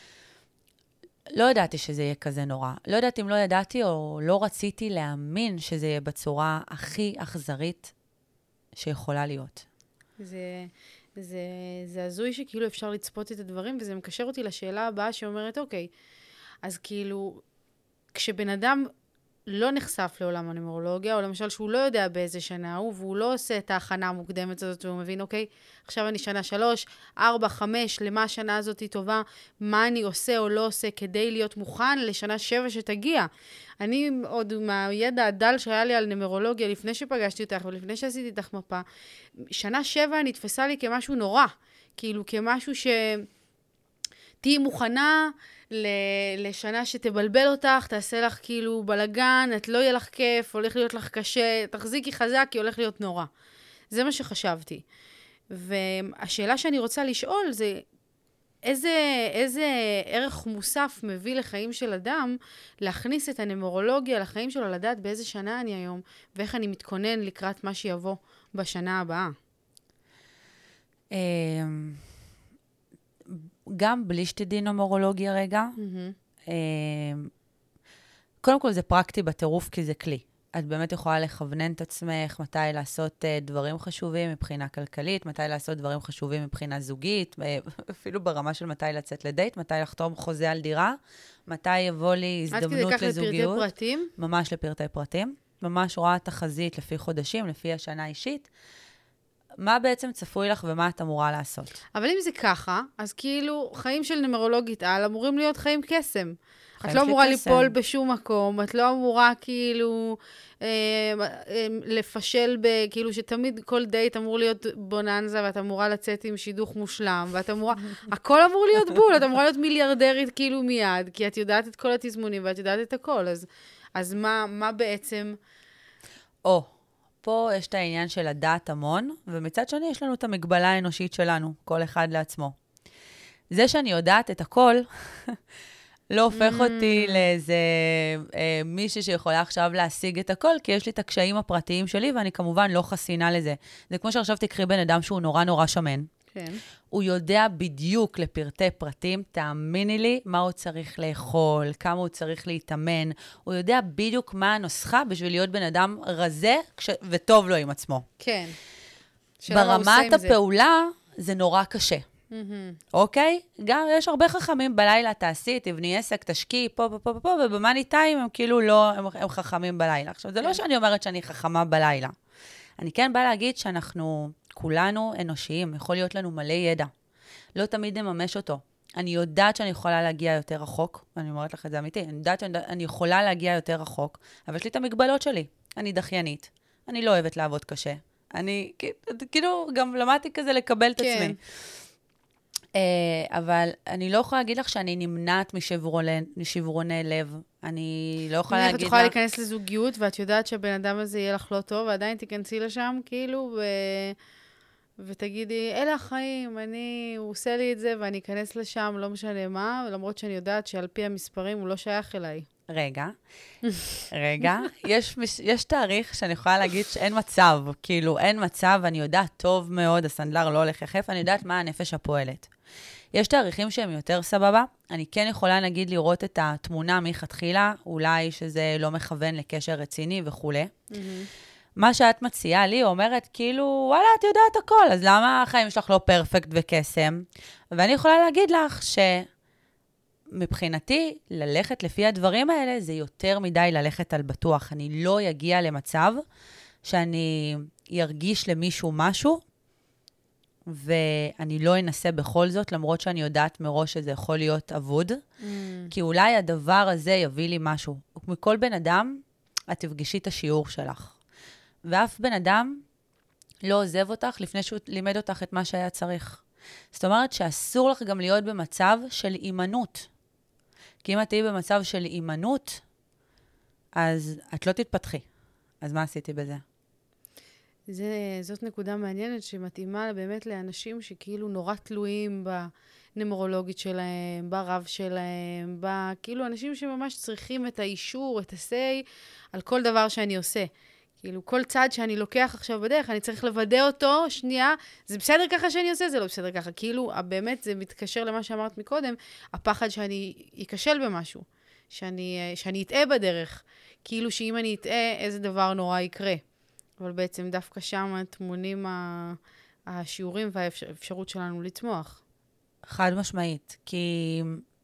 לא ידעתי שזה יהיה כזה נורא. לא ידעתי אם לא ידעתי או לא רציתי להאמין שזה יהיה בצורה הכי אכזרית שיכולה להיות. זה... זה, זה הזוי שכאילו אפשר לצפות את הדברים, וזה מקשר אותי לשאלה הבאה שאומרת, אוקיי, אז כאילו, כשבן אדם לא נחשף לעולם הנומרולוגיה, או למשל שהוא לא יודע באיזה שנה הוא, והוא לא עושה את ההכנה המוקדמת הזאת, והוא מבין, אוקיי, עכשיו אני שנה שלוש, ארבע, חמש, למה השנה הזאת היא טובה, מה אני עושה או לא עושה כדי להיות מוכן לשנה שבע שתגיע. אני עוד מהידע הדל שהיה לי על נומרולוגיה, לפני שפגשתי אותך ולפני שעשיתי איתך מפה, שנה שבע נתפסה לי כמשהו נורא, כאילו כמשהו ש... תהי מוכנה לשנה שתבלבל אותך, תעשה לך כאילו בלגן, את לא יהיה לך כיף, הולך להיות לך קשה, תחזיקי חזק, כי הולך להיות נורא. זה מה שחשבתי. והשאלה שאני רוצה לשאול זה, איזה, איזה ערך מוסף מביא לחיים של אדם להכניס את הנומרולוגיה לחיים שלו, לדעת באיזה שנה אני היום, ואיך אני מתכונן לקראת מה שיבוא בשנה הבאה? גם בלי שתדעי נומרולוגיה רגע. קודם כל זה פרקטי בטירוף כי זה כלי. את באמת יכולה לכוונן את עצמך, מתי לעשות דברים חשובים מבחינה כלכלית, מתי לעשות דברים חשובים מבחינה זוגית, אפילו ברמה של מתי לצאת לדייט, מתי לחתום חוזה על דירה, מתי יבוא לי הזדמנות לזוגיות. עד כדי כך לפרטי פרטים? ממש לפרטי פרטים. ממש רואה תחזית לפי חודשים, לפי השנה האישית. מה בעצם צפוי לך ומה את אמורה לעשות? אבל אם זה ככה, אז כאילו חיים של נומרולוגית על אמורים להיות חיים קסם. את לא אמורה ליפול בשום מקום, את לא אמורה כאילו אה, אה, לפשל, ב, כאילו שתמיד כל דייט אמור להיות בוננזה, ואת אמורה לצאת עם שידוך מושלם, ואת אמורה, הכל אמור להיות בול, את אמורה להיות מיליארדרית כאילו מיד, כי את יודעת את כל התזמונים ואת יודעת את הכל, אז, אז מה, מה בעצם... או, פה יש את העניין של הדעת המון, ומצד שני יש לנו את המגבלה האנושית שלנו, כל אחד לעצמו. זה שאני יודעת את הכל... לא הופך אותי לאיזה אה, מישהי שיכולה עכשיו להשיג את הכל, כי יש לי את הקשיים הפרטיים שלי, ואני כמובן לא חסינה לזה. זה כמו שעכשיו תקחי בן אדם שהוא נורא נורא שמן. כן. הוא יודע בדיוק לפרטי פרטים, תאמיני לי, מה הוא צריך לאכול, כמה הוא צריך להתאמן. הוא יודע בדיוק מה הנוסחה בשביל להיות בן אדם רזה כש... וטוב לו עם עצמו. כן. ברמת הפעולה זה. זה נורא קשה. Mm-hmm. אוקיי? גם יש הרבה חכמים בלילה, תעשי, תבני עסק, תשקיעי, פה, פה, פה, פה, ובמאני טיים הם כאילו לא, הם, הם חכמים בלילה. עכשיו, זה כן. לא שאני אומרת שאני חכמה בלילה. אני כן באה להגיד שאנחנו כולנו אנושיים, יכול להיות לנו מלא ידע. לא תמיד נממש אותו. אני יודעת שאני יכולה להגיע יותר רחוק, אני אומרת לך את זה אמיתי, אני יודעת שאני יכולה להגיע יותר רחוק, אבל יש לי את המגבלות שלי. אני דחיינית, אני לא אוהבת לעבוד קשה. אני, כאילו, גם למדתי כזה לקבל את עצמי. אבל אני לא יכולה להגיד לך שאני נמנעת משברוני לב. אני לא יכולה להגיד לך... את יכולה להיכנס לזוגיות, ואת יודעת שהבן אדם הזה יהיה לך לא טוב, ועדיין תיכנסי לשם, כאילו, ו... ותגידי, אלה החיים, אני, הוא עושה לי את זה, ואני אכנס לשם, לא משנה מה, למרות שאני יודעת שעל פי המספרים הוא לא שייך אליי. רגע, רגע, יש, יש תאריך שאני יכולה להגיד שאין מצב, כאילו, אין מצב, אני יודעת טוב מאוד, הסנדלר לא הולך יחף, אני יודעת מה הנפש הפועלת. יש תאריכים שהם יותר סבבה, אני כן יכולה, נגיד, לראות את התמונה מתחילה, אולי שזה לא מכוון לקשר רציני וכו'. Mm-hmm. מה שאת מציעה לי אומרת, כאילו, וואלה, את יודעת הכל, אז למה החיים שלך לא פרפקט וקסם? ואני יכולה להגיד לך ש... מבחינתי, ללכת לפי הדברים האלה, זה יותר מדי ללכת על בטוח. אני לא אגיע למצב שאני ארגיש למישהו משהו, ואני לא אנסה בכל זאת, למרות שאני יודעת מראש שזה יכול להיות אבוד, mm. כי אולי הדבר הזה יביא לי משהו. מכל בן אדם, את תפגשי את השיעור שלך. ואף בן אדם לא עוזב אותך לפני שהוא לימד אותך את מה שהיה צריך. זאת אומרת שאסור לך גם להיות במצב של אימנות. כי אם את תהיי במצב של אימנות, אז את לא תתפתחי. אז מה עשיתי בזה? זה, זאת נקודה מעניינת שמתאימה באמת לאנשים שכאילו נורא תלויים בנמרולוגית שלהם, ברב שלהם, כאילו אנשים שממש צריכים את האישור, את הסי, על כל דבר שאני עושה. כאילו, כל צעד שאני לוקח עכשיו בדרך, אני צריך לוודא אותו, שנייה, זה בסדר ככה שאני עושה, זה לא בסדר ככה. כאילו, באמת, זה מתקשר למה שאמרת מקודם, הפחד שאני אכשל במשהו, שאני, שאני אטעה בדרך. כאילו, שאם אני אטעה, איזה דבר נורא יקרה. אבל בעצם דווקא שם תמונים השיעורים והאפשרות שלנו לצמוח. חד משמעית, כי...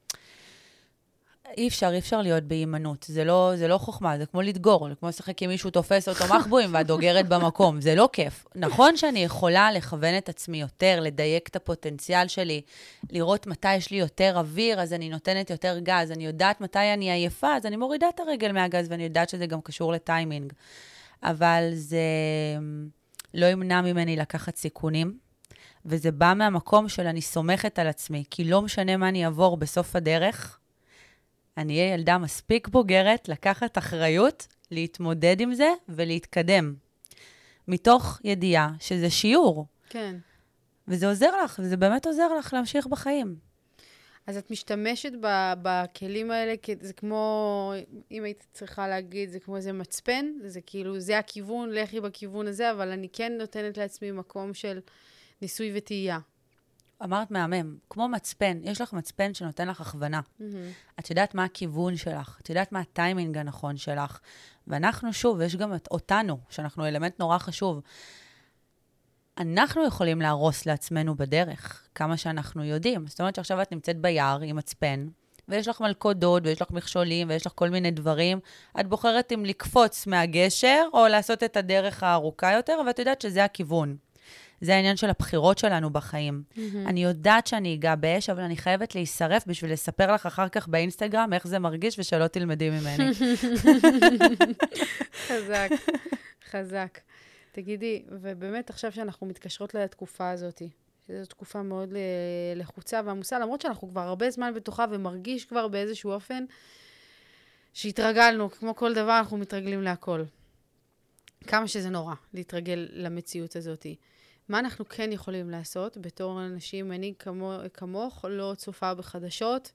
אי אפשר, אי אפשר להיות באימנות. זה לא, זה לא חוכמה, זה כמו לדגור, זה כמו לשחק עם מישהו תופס אותו מחבואים ואת דוגרת במקום. זה לא כיף. נכון שאני יכולה לכוון את עצמי יותר, לדייק את הפוטנציאל שלי, לראות מתי יש לי יותר אוויר, אז אני נותנת יותר גז, אני יודעת מתי אני עייפה, אז אני מורידה את הרגל מהגז, ואני יודעת שזה גם קשור לטיימינג. אבל זה לא ימנע ממני לקחת סיכונים, וזה בא מהמקום של אני סומכת על עצמי, כי לא משנה מה אני אעבור בסוף הדרך, אני אהיה ילדה מספיק בוגרת לקחת אחריות, להתמודד עם זה ולהתקדם. מתוך ידיעה שזה שיעור. כן. וזה עוזר לך, וזה באמת עוזר לך להמשיך בחיים. אז את משתמשת בכלים האלה, זה כמו, אם היית צריכה להגיד, זה כמו איזה מצפן, זה כאילו, זה הכיוון, לכי בכיוון הזה, אבל אני כן נותנת לעצמי מקום של ניסוי וטעייה. אמרת מהמם, כמו מצפן, יש לך מצפן שנותן לך הכוונה. Mm-hmm. את יודעת מה הכיוון שלך, את יודעת מה הטיימינג הנכון שלך. ואנחנו שוב, יש גם את אותנו, שאנחנו אלמנט נורא חשוב. אנחנו יכולים להרוס לעצמנו בדרך, כמה שאנחנו יודעים. זאת אומרת שעכשיו את נמצאת ביער עם מצפן, ויש לך מלכודות, ויש לך מכשולים, ויש לך כל מיני דברים. את בוחרת אם לקפוץ מהגשר, או לעשות את הדרך הארוכה יותר, ואת יודעת שזה הכיוון. זה העניין של הבחירות שלנו בחיים. Mm-hmm. אני יודעת שאני אגע באש, אבל אני חייבת להישרף בשביל לספר לך אחר כך באינסטגרם איך זה מרגיש ושלא תלמדי ממני. חזק, חזק. תגידי, ובאמת עכשיו שאנחנו מתקשרות לתקופה הזאת, שזו תקופה מאוד לחוצה ועמוסה, למרות שאנחנו כבר הרבה זמן בתוכה ומרגיש כבר באיזשהו אופן שהתרגלנו, כמו כל דבר אנחנו מתרגלים להכל. כמה שזה נורא להתרגל למציאות הזאת. מה אנחנו כן יכולים לעשות בתור אנשים, אני כמו, כמוך לא צופה בחדשות,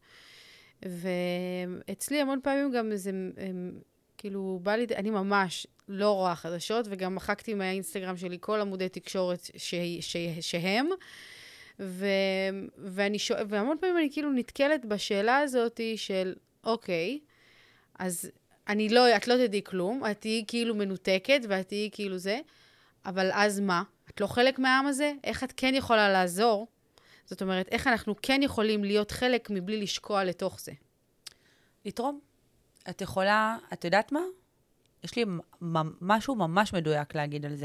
ואצלי המון פעמים גם זה, הם, כאילו, בא לי, אני ממש לא רואה חדשות, וגם מחקתי מהאינסטגרם שלי כל עמודי תקשורת ש, ש, שהם, ו, ואני שואל, והמון פעמים אני כאילו נתקלת בשאלה הזאת של, אוקיי, אז אני לא, את לא תדעי כלום, את תהיי כאילו מנותקת, ואת תהיי כאילו זה, אבל אז מה? את לא חלק מהעם הזה? איך את כן יכולה לעזור? זאת אומרת, איך אנחנו כן יכולים להיות חלק מבלי לשקוע לתוך זה? לתרום. את יכולה, את יודעת מה? יש לי משהו ממש מדויק להגיד על זה.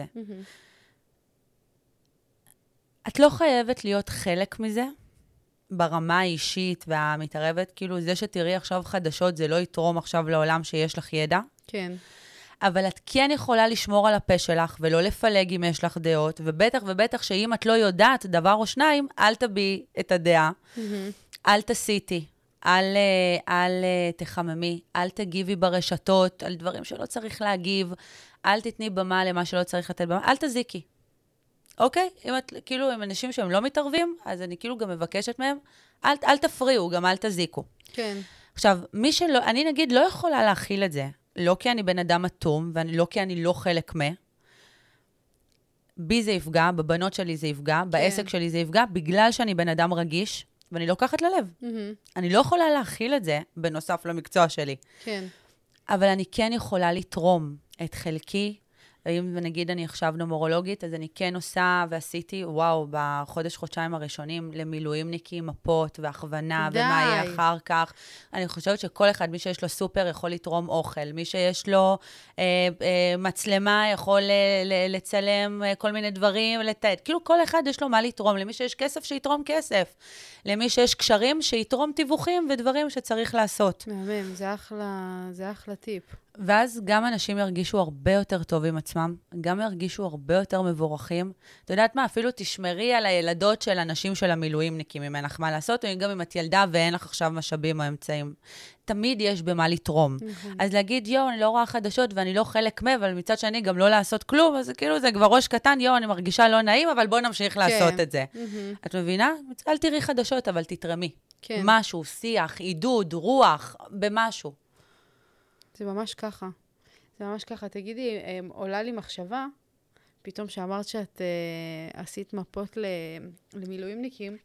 את לא חייבת להיות חלק מזה, ברמה האישית והמתערבת, כאילו זה שתראי עכשיו חדשות, זה לא יתרום עכשיו לעולם שיש לך ידע. כן. אבל את כן יכולה לשמור על הפה שלך, ולא לפלג אם יש לך דעות, ובטח ובטח שאם את לא יודעת דבר או שניים, אל תביעי את הדעה, mm-hmm. אל תסיטי, אל, אל תחממי, אל תגיבי ברשתות, על דברים שלא צריך להגיב, אל תתני במה למה שלא צריך לתת במה, אל תזיקי. אוקיי? אם את, כאילו, עם אנשים שהם לא מתערבים, אז אני כאילו גם מבקשת מהם, אל, אל תפריעו, גם אל תזיקו. כן. עכשיו, מי שלא, אני נגיד לא יכולה להכיל את זה, לא כי אני בן אדם אטום, ולא כי אני לא חלק מה. בי זה יפגע, בבנות שלי זה יפגע, כן. בעסק שלי זה יפגע, בגלל שאני בן אדם רגיש, ואני לוקחת ללב. Mm-hmm. אני לא יכולה להכיל את זה, בנוסף למקצוע שלי. כן. אבל אני כן יכולה לתרום את חלקי, ואם נגיד אני עכשיו נומרולוגית, אז אני כן עושה ועשיתי, וואו, בחודש, חודשיים הראשונים, למילואימניקים, מפות והכוונה, די. ומה יהיה אחר כך. אני חושבת שכל אחד, מי שיש לו סופר, יכול לתרום אוכל. מי שיש לו אה, אה, מצלמה, יכול ל- לצלם אה, כל מיני דברים, לתעד. כאילו כל אחד יש לו מה לתרום. למי שיש כסף, שיתרום כסף. למי שיש קשרים, שיתרום תיווכים ודברים שצריך לעשות. מהמם, זה אחלה, זה אחלה טיפ. ואז גם אנשים ירגישו הרבה יותר טוב עם עצמם, גם ירגישו הרבה יותר מבורכים. את יודעת מה? אפילו תשמרי על הילדות של אנשים של המילואימניקים, אם אין לך מה לעשות, או גם אם את ילדה ואין לך עכשיו משאבים או אמצעים. תמיד יש במה לתרום. אז להגיד, יו, אני לא רואה חדשות ואני לא חלק מה, אבל מצד שני גם לא לעשות כלום, אז כאילו זה כבר ראש קטן, יו, אני מרגישה לא נעים, אבל בוא נמשיך לעשות את זה. את מבינה? אל תראי חדשות, אבל תתרמי. משהו, שיח, עידוד, רוח, במשהו. זה ממש ככה. זה ממש ככה. תגידי, עולה לי מחשבה, פתאום שאמרת שאת uh, עשית מפות למילואימניקים,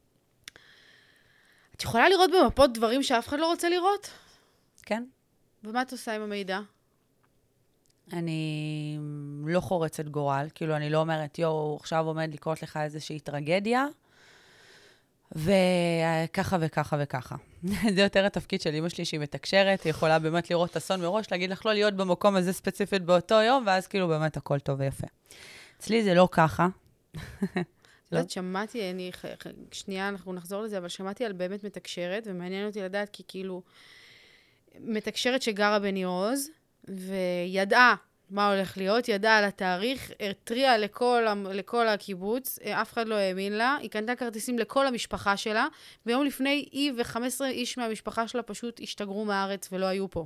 את יכולה לראות במפות דברים שאף אחד לא רוצה לראות? כן. ומה את עושה עם המידע? אני לא חורצת גורל, כאילו אני לא אומרת, יו, עכשיו עומד לקרות לך איזושהי טרגדיה, וככה וככה וככה. זה יותר התפקיד של אמא שלי שהיא מתקשרת, היא יכולה באמת לראות אסון מראש, להגיד לך לא להיות במקום הזה ספציפית באותו יום, ואז כאילו באמת הכל טוב ויפה. אצלי זה לא ככה. יודעת, שמעתי, אני, שנייה אנחנו נחזור לזה, אבל שמעתי על באמת מתקשרת, ומעניין אותי לדעת כי כאילו, מתקשרת שגרה בניר עוז, וידעה מה הולך להיות, ידעה על התאריך, הרתריעה לכל, לכל הקיבוץ, אף אחד לא האמין לה, היא קנתה כרטיסים לכל המשפחה שלה, ויום לפני היא ו-חמישה עשר איש מהמשפחה שלה פשוט השתגרו מהארץ ולא היו פה.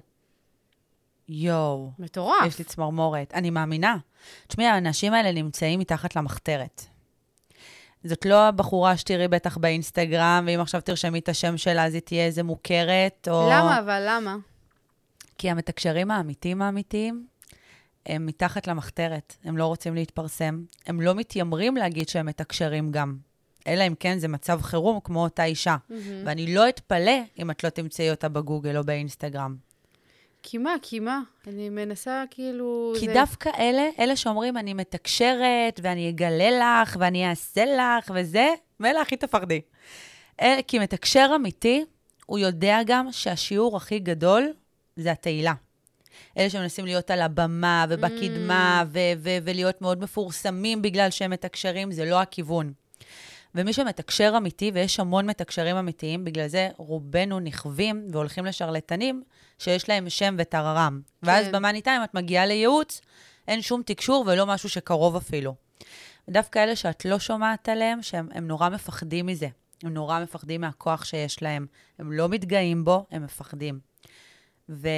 יואו. מטורף. יש לי צמרמורת. אני מאמינה. תשמעי, האנשים האלה נמצאים מתחת למחתרת. זאת לא הבחורה שתראי בטח באינסטגרם, ואם עכשיו תרשמי את השם שלה, אז היא תהיה איזה מוכרת, או... למה? אבל למה? כי המתקשרים האמיתיים האמיתיים, הם מתחת למחתרת, הם לא רוצים להתפרסם, הם לא מתיימרים להגיד שהם מתקשרים גם. אלא אם כן זה מצב חירום כמו אותה אישה. Mm-hmm. ואני לא אתפלא אם את לא תמצאי אותה בגוגל או באינסטגרם. כי מה? כי מה? אני מנסה כאילו... כי זה... דווקא אלה, אלה שאומרים, אני מתקשרת, ואני אגלה לך, ואני אעשה לך, וזה, ואלה הכי תפחדי. אלה, כי מתקשר אמיתי, הוא יודע גם שהשיעור הכי גדול זה התהילה. אלה שמנסים להיות על הבמה ובקדמה, mm. ו- ו- ולהיות מאוד מפורסמים בגלל שהם מתקשרים, זה לא הכיוון. ומי שמתקשר אמיתי, ויש המון מתקשרים אמיתיים, בגלל זה רובנו נכווים והולכים לשרלטנים, שיש להם שם וטררם. כן. ואז במאני טיים את מגיעה לייעוץ, אין שום תקשור ולא משהו שקרוב אפילו. ודווקא אלה שאת לא שומעת עליהם, שהם הם נורא מפחדים מזה. הם נורא מפחדים מהכוח שיש להם. הם לא מתגאים בו, הם מפחדים. ו...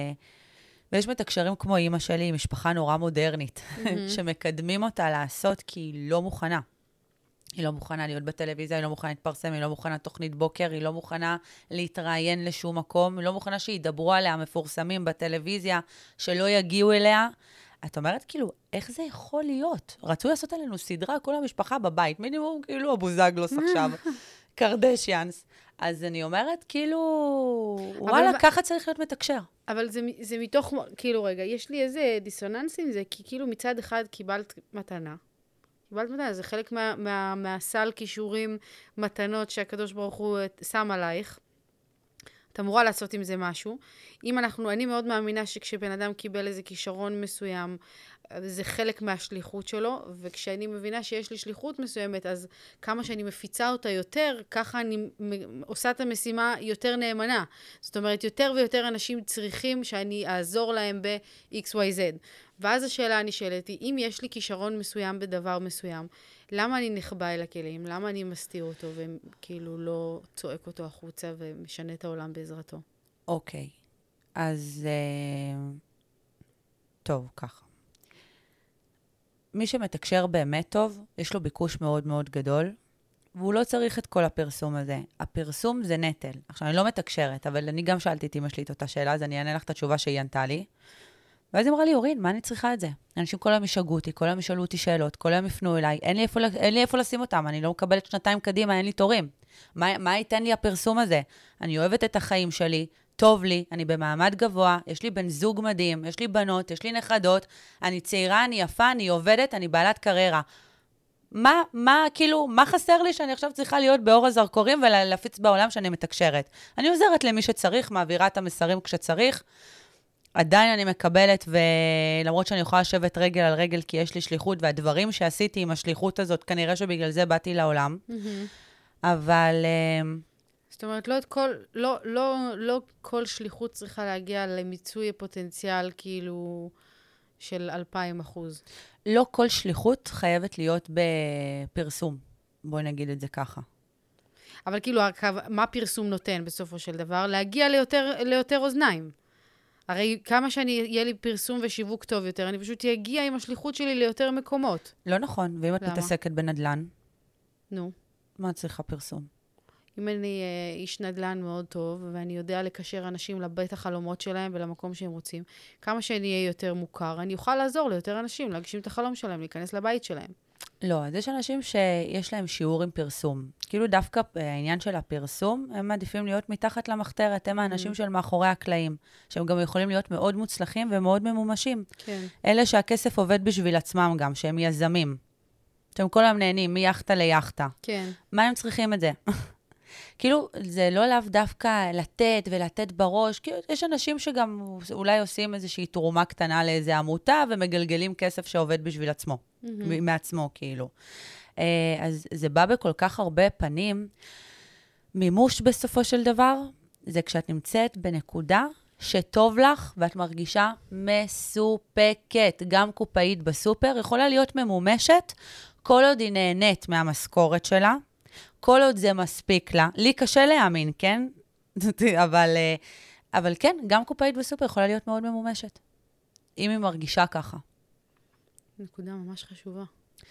ויש מתקשרים כמו אמא שלי, עם משפחה נורא מודרנית, mm-hmm. שמקדמים אותה לעשות כי היא לא מוכנה. היא לא מוכנה להיות בטלוויזיה, היא לא מוכנה להתפרסם, היא לא מוכנה תוכנית בוקר, היא לא מוכנה להתראיין לשום מקום, היא לא מוכנה שידברו עליה מפורסמים בטלוויזיה, שלא יגיעו אליה, את אומרת, כאילו, איך זה יכול להיות? רצו לעשות עלינו סדרה, כל המשפחה בבית, מינימום, כאילו, אבוזגלוס עכשיו, קרדשיאנס. אז אני אומרת, כאילו, וואלה, מה... ככה צריך להיות מתקשר. אבל זה, זה מתוך, כאילו, רגע, יש לי איזה דיסוננס עם זה, כי כאילו מצד אחד קיבלת מתנה. קיבלת מתנה, זה חלק מה, מה, מהסל כישורים, מתנות שהקדוש ברוך הוא שם עלייך. את אמורה לעשות עם זה משהו. אם אנחנו, אני מאוד מאמינה שכשבן אדם קיבל איזה כישרון מסוים, זה חלק מהשליחות שלו, וכשאני מבינה שיש לי שליחות מסוימת, אז כמה שאני מפיצה אותה יותר, ככה אני עושה את המשימה יותר נאמנה. זאת אומרת, יותר ויותר אנשים צריכים שאני אעזור להם ב-אקס וואי זד. ואז השאלה הנשאלת היא, אם יש לי כישרון מסוים בדבר מסוים, למה אני נחבא אל הכלים? למה אני מסתיר אותו וכאילו לא צועק אותו החוצה ומשנה את העולם בעזרתו? אוקיי, אז uh, טוב, ככה. מי שמתקשר באמת טוב, יש לו ביקוש מאוד מאוד גדול, והוא לא צריך את כל הפרסום הזה. הפרסום זה נטל. עכשיו, אני לא מתקשרת, אבל אני גם שאלתי את אמא שלי את אותה שאלה, אז אני אענה לך את התשובה שהיא ענתה לי. ואז היא אמרה לי, אורין, מה אני צריכה את זה? אנשים כל היום ישגעו אותי, כל היום ישאלו אותי שאלות, כל היום יפנו אליי, אין לי איפה, אין לי איפה לשים אותם, אני לא מקבלת שנתיים קדימה, אין לי תורים. מה, מה ייתן לי הפרסום הזה? אני אוהבת את החיים שלי, טוב לי, אני במעמד גבוה, יש לי בן זוג מדהים, יש לי בנות, יש לי נכדות, אני צעירה, אני יפה, אני עובדת, אני בעלת קריירה. מה, מה, כאילו, מה חסר לי שאני עכשיו צריכה להיות באור הזרקורים ולהפיץ בעולם שאני מתקשרת? אני עוזרת למי שצריך, מעבירה את המסרים כשצריך, עדיין אני מקבלת, ולמרות שאני יכולה לשבת רגל על רגל, כי יש לי שליחות, והדברים שעשיתי עם השליחות הזאת, כנראה שבגלל זה באתי לעולם. אבל... זאת אומרת, לא, את כל, לא, לא, לא כל שליחות צריכה להגיע למיצוי הפוטנציאל, כאילו, של אלפיים אחוז. לא כל שליחות חייבת להיות בפרסום. בואי נגיד את זה ככה. אבל כאילו, מה פרסום נותן בסופו של דבר? להגיע ליותר, ליותר אוזניים. הרי כמה שאני, יהיה לי פרסום ושיווק טוב יותר, אני פשוט אגיע עם השליחות שלי ליותר מקומות. לא נכון, ואם את למה? מתעסקת בנדלן? נו. מה צריכה פרסום? אם אני אה, איש נדלן מאוד טוב, ואני יודע לקשר אנשים לבית החלומות שלהם ולמקום שהם רוצים, כמה שאני אהיה יותר מוכר, אני אוכל לעזור ליותר אנשים, להגשים את החלום שלהם, להיכנס לבית שלהם. לא, אז יש אנשים שיש להם שיעור עם פרסום. כאילו דווקא העניין של הפרסום, הם מעדיפים להיות מתחת למחתרת, הם האנשים mm. של מאחורי הקלעים, שהם גם יכולים להיות מאוד מוצלחים ומאוד ממומשים. כן. אלה שהכסף עובד בשביל עצמם גם, שהם יזמים. שהם כל היום נהנים, מיחטה ליחטה. כן. מה הם צריכים את זה? כאילו, זה לא לאו דווקא לתת ולתת בראש, כאילו, יש אנשים שגם אולי עושים איזושהי תרומה קטנה לאיזו עמותה, ומגלגלים כסף שעובד בשביל עצמו, mm-hmm. מעצמו, כאילו. אז זה בא בכל כך הרבה פנים. מימוש בסופו של דבר, זה כשאת נמצאת בנקודה שטוב לך, ואת מרגישה מסופקת. גם קופאית בסופר יכולה להיות ממומשת, כל עוד היא נהנית מהמשכורת שלה, כל עוד זה מספיק לה. לי קשה להאמין, כן? אבל, אבל כן, גם קופאית בסופר יכולה להיות מאוד ממומשת. אם היא מרגישה ככה. נקודה ממש חשובה.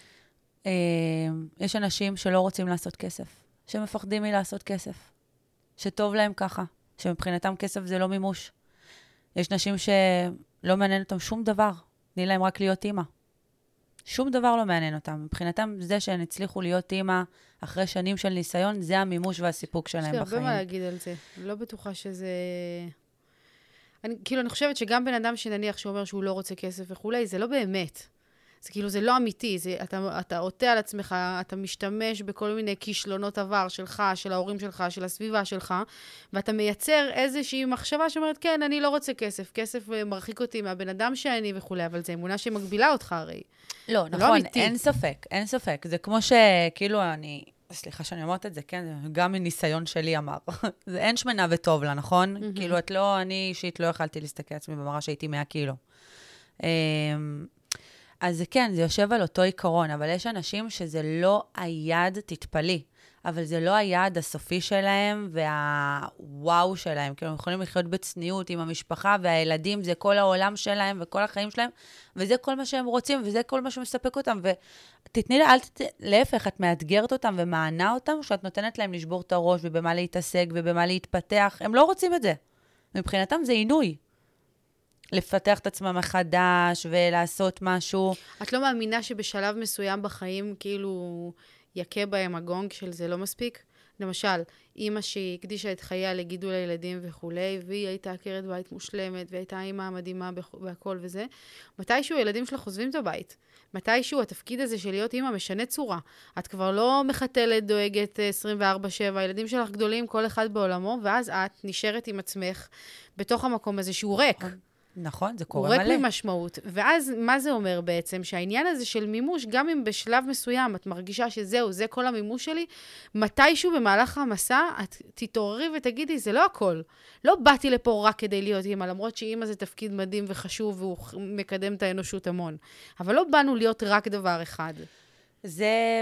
יש אנשים שלא רוצים לעשות כסף, שמפחדים מלעשות כסף, שטוב להם ככה, שמבחינתם כסף זה לא מימוש. יש נשים שלא מעניין אותם שום דבר, תני להם רק להיות אימא. שום דבר לא מעניין אותם. מבחינתם זה שהן הצליחו להיות אימא אחרי שנים של ניסיון, זה המימוש והסיפוק שלהם בחיים. יש לי הרבה מה להגיד על זה. לא בטוחה שזה... אני, כאילו, אני חושבת שגם בן אדם שנניח שאומר שהוא לא רוצה כסף וכולי, זה לא באמת. זה כאילו, זה לא אמיתי. זה, אתה, אתה עוטה על עצמך, אתה משתמש בכל מיני כישלונות עבר שלך, של ההורים שלך, של הסביבה שלך, ואתה מייצר איזושהי מחשבה שאומרת, כן, אני לא רוצה כסף. כסף מרחיק אותי מהבן אדם שאני וכולי, אבל זה אמונה שמגבילה אותך הרי. לא, נכון, לא אין ספק, אין ספק. זה כמו שכאילו אני, סליחה שאני אומרת את זה, כן, גם מניסיון שלי אמר. זה אין שמנה וטוב לה, נכון? Mm-hmm. כאילו, את לא, אני אישית לא יכלתי להסתכל עצמי במראה שהייתי מאה קילו. אז זה כן, זה יושב על אותו עיקרון, אבל יש אנשים שזה לא היעד, תתפלי, אבל זה לא היעד הסופי שלהם והוואו שלהם, כאילו הם יכולים לחיות בצניעות עם המשפחה והילדים, זה כל העולם שלהם וכל החיים שלהם, וזה כל מה שהם רוצים, וזה כל מה שמספק אותם, ותתני לה, אל תת... להפך, את מאתגרת אותם ומענה אותם, שאת נותנת להם לשבור את הראש ובמה להתעסק ובמה להתפתח, הם לא רוצים את זה. מבחינתם זה עינוי. לפתח את עצמה מחדש ולעשות משהו. את לא מאמינה שבשלב מסוים בחיים כאילו יקה בהם הגונג של זה לא מספיק? למשל, אימא שהיא הקדישה את חייה לגידול הילדים וכולי, והיא הייתה עקרת בית מושלמת, והייתה אימא מדהימה והכל וזה. מתישהו הילדים שלך עוזבים את הבית. מתישהו התפקיד הזה של להיות אימא משנה צורה. את כבר לא מחתלת, דואגת עשרים וארבע שבע, הילדים שלך גדולים, כל אחד בעולמו, ואז את נשארת עם עצמך בתוך המקום הזה שהוא ריק. נכון, זה קורה מלא. מלא. הוא ריק ממשמעות. ואז מה זה אומר בעצם? שהעניין הזה של מימוש, גם אם בשלב מסוים את מרגישה שזהו, זה כל המימוש שלי, מתישהו במהלך המסע את תתעוררי ותגידי, זה לא הכל. לא באתי לפה רק כדי להיות אימא, למרות שאימא זה תפקיד מדהים וחשוב, והוא מקדם את האנושות המון. אבל לא באנו להיות רק דבר אחד. זה,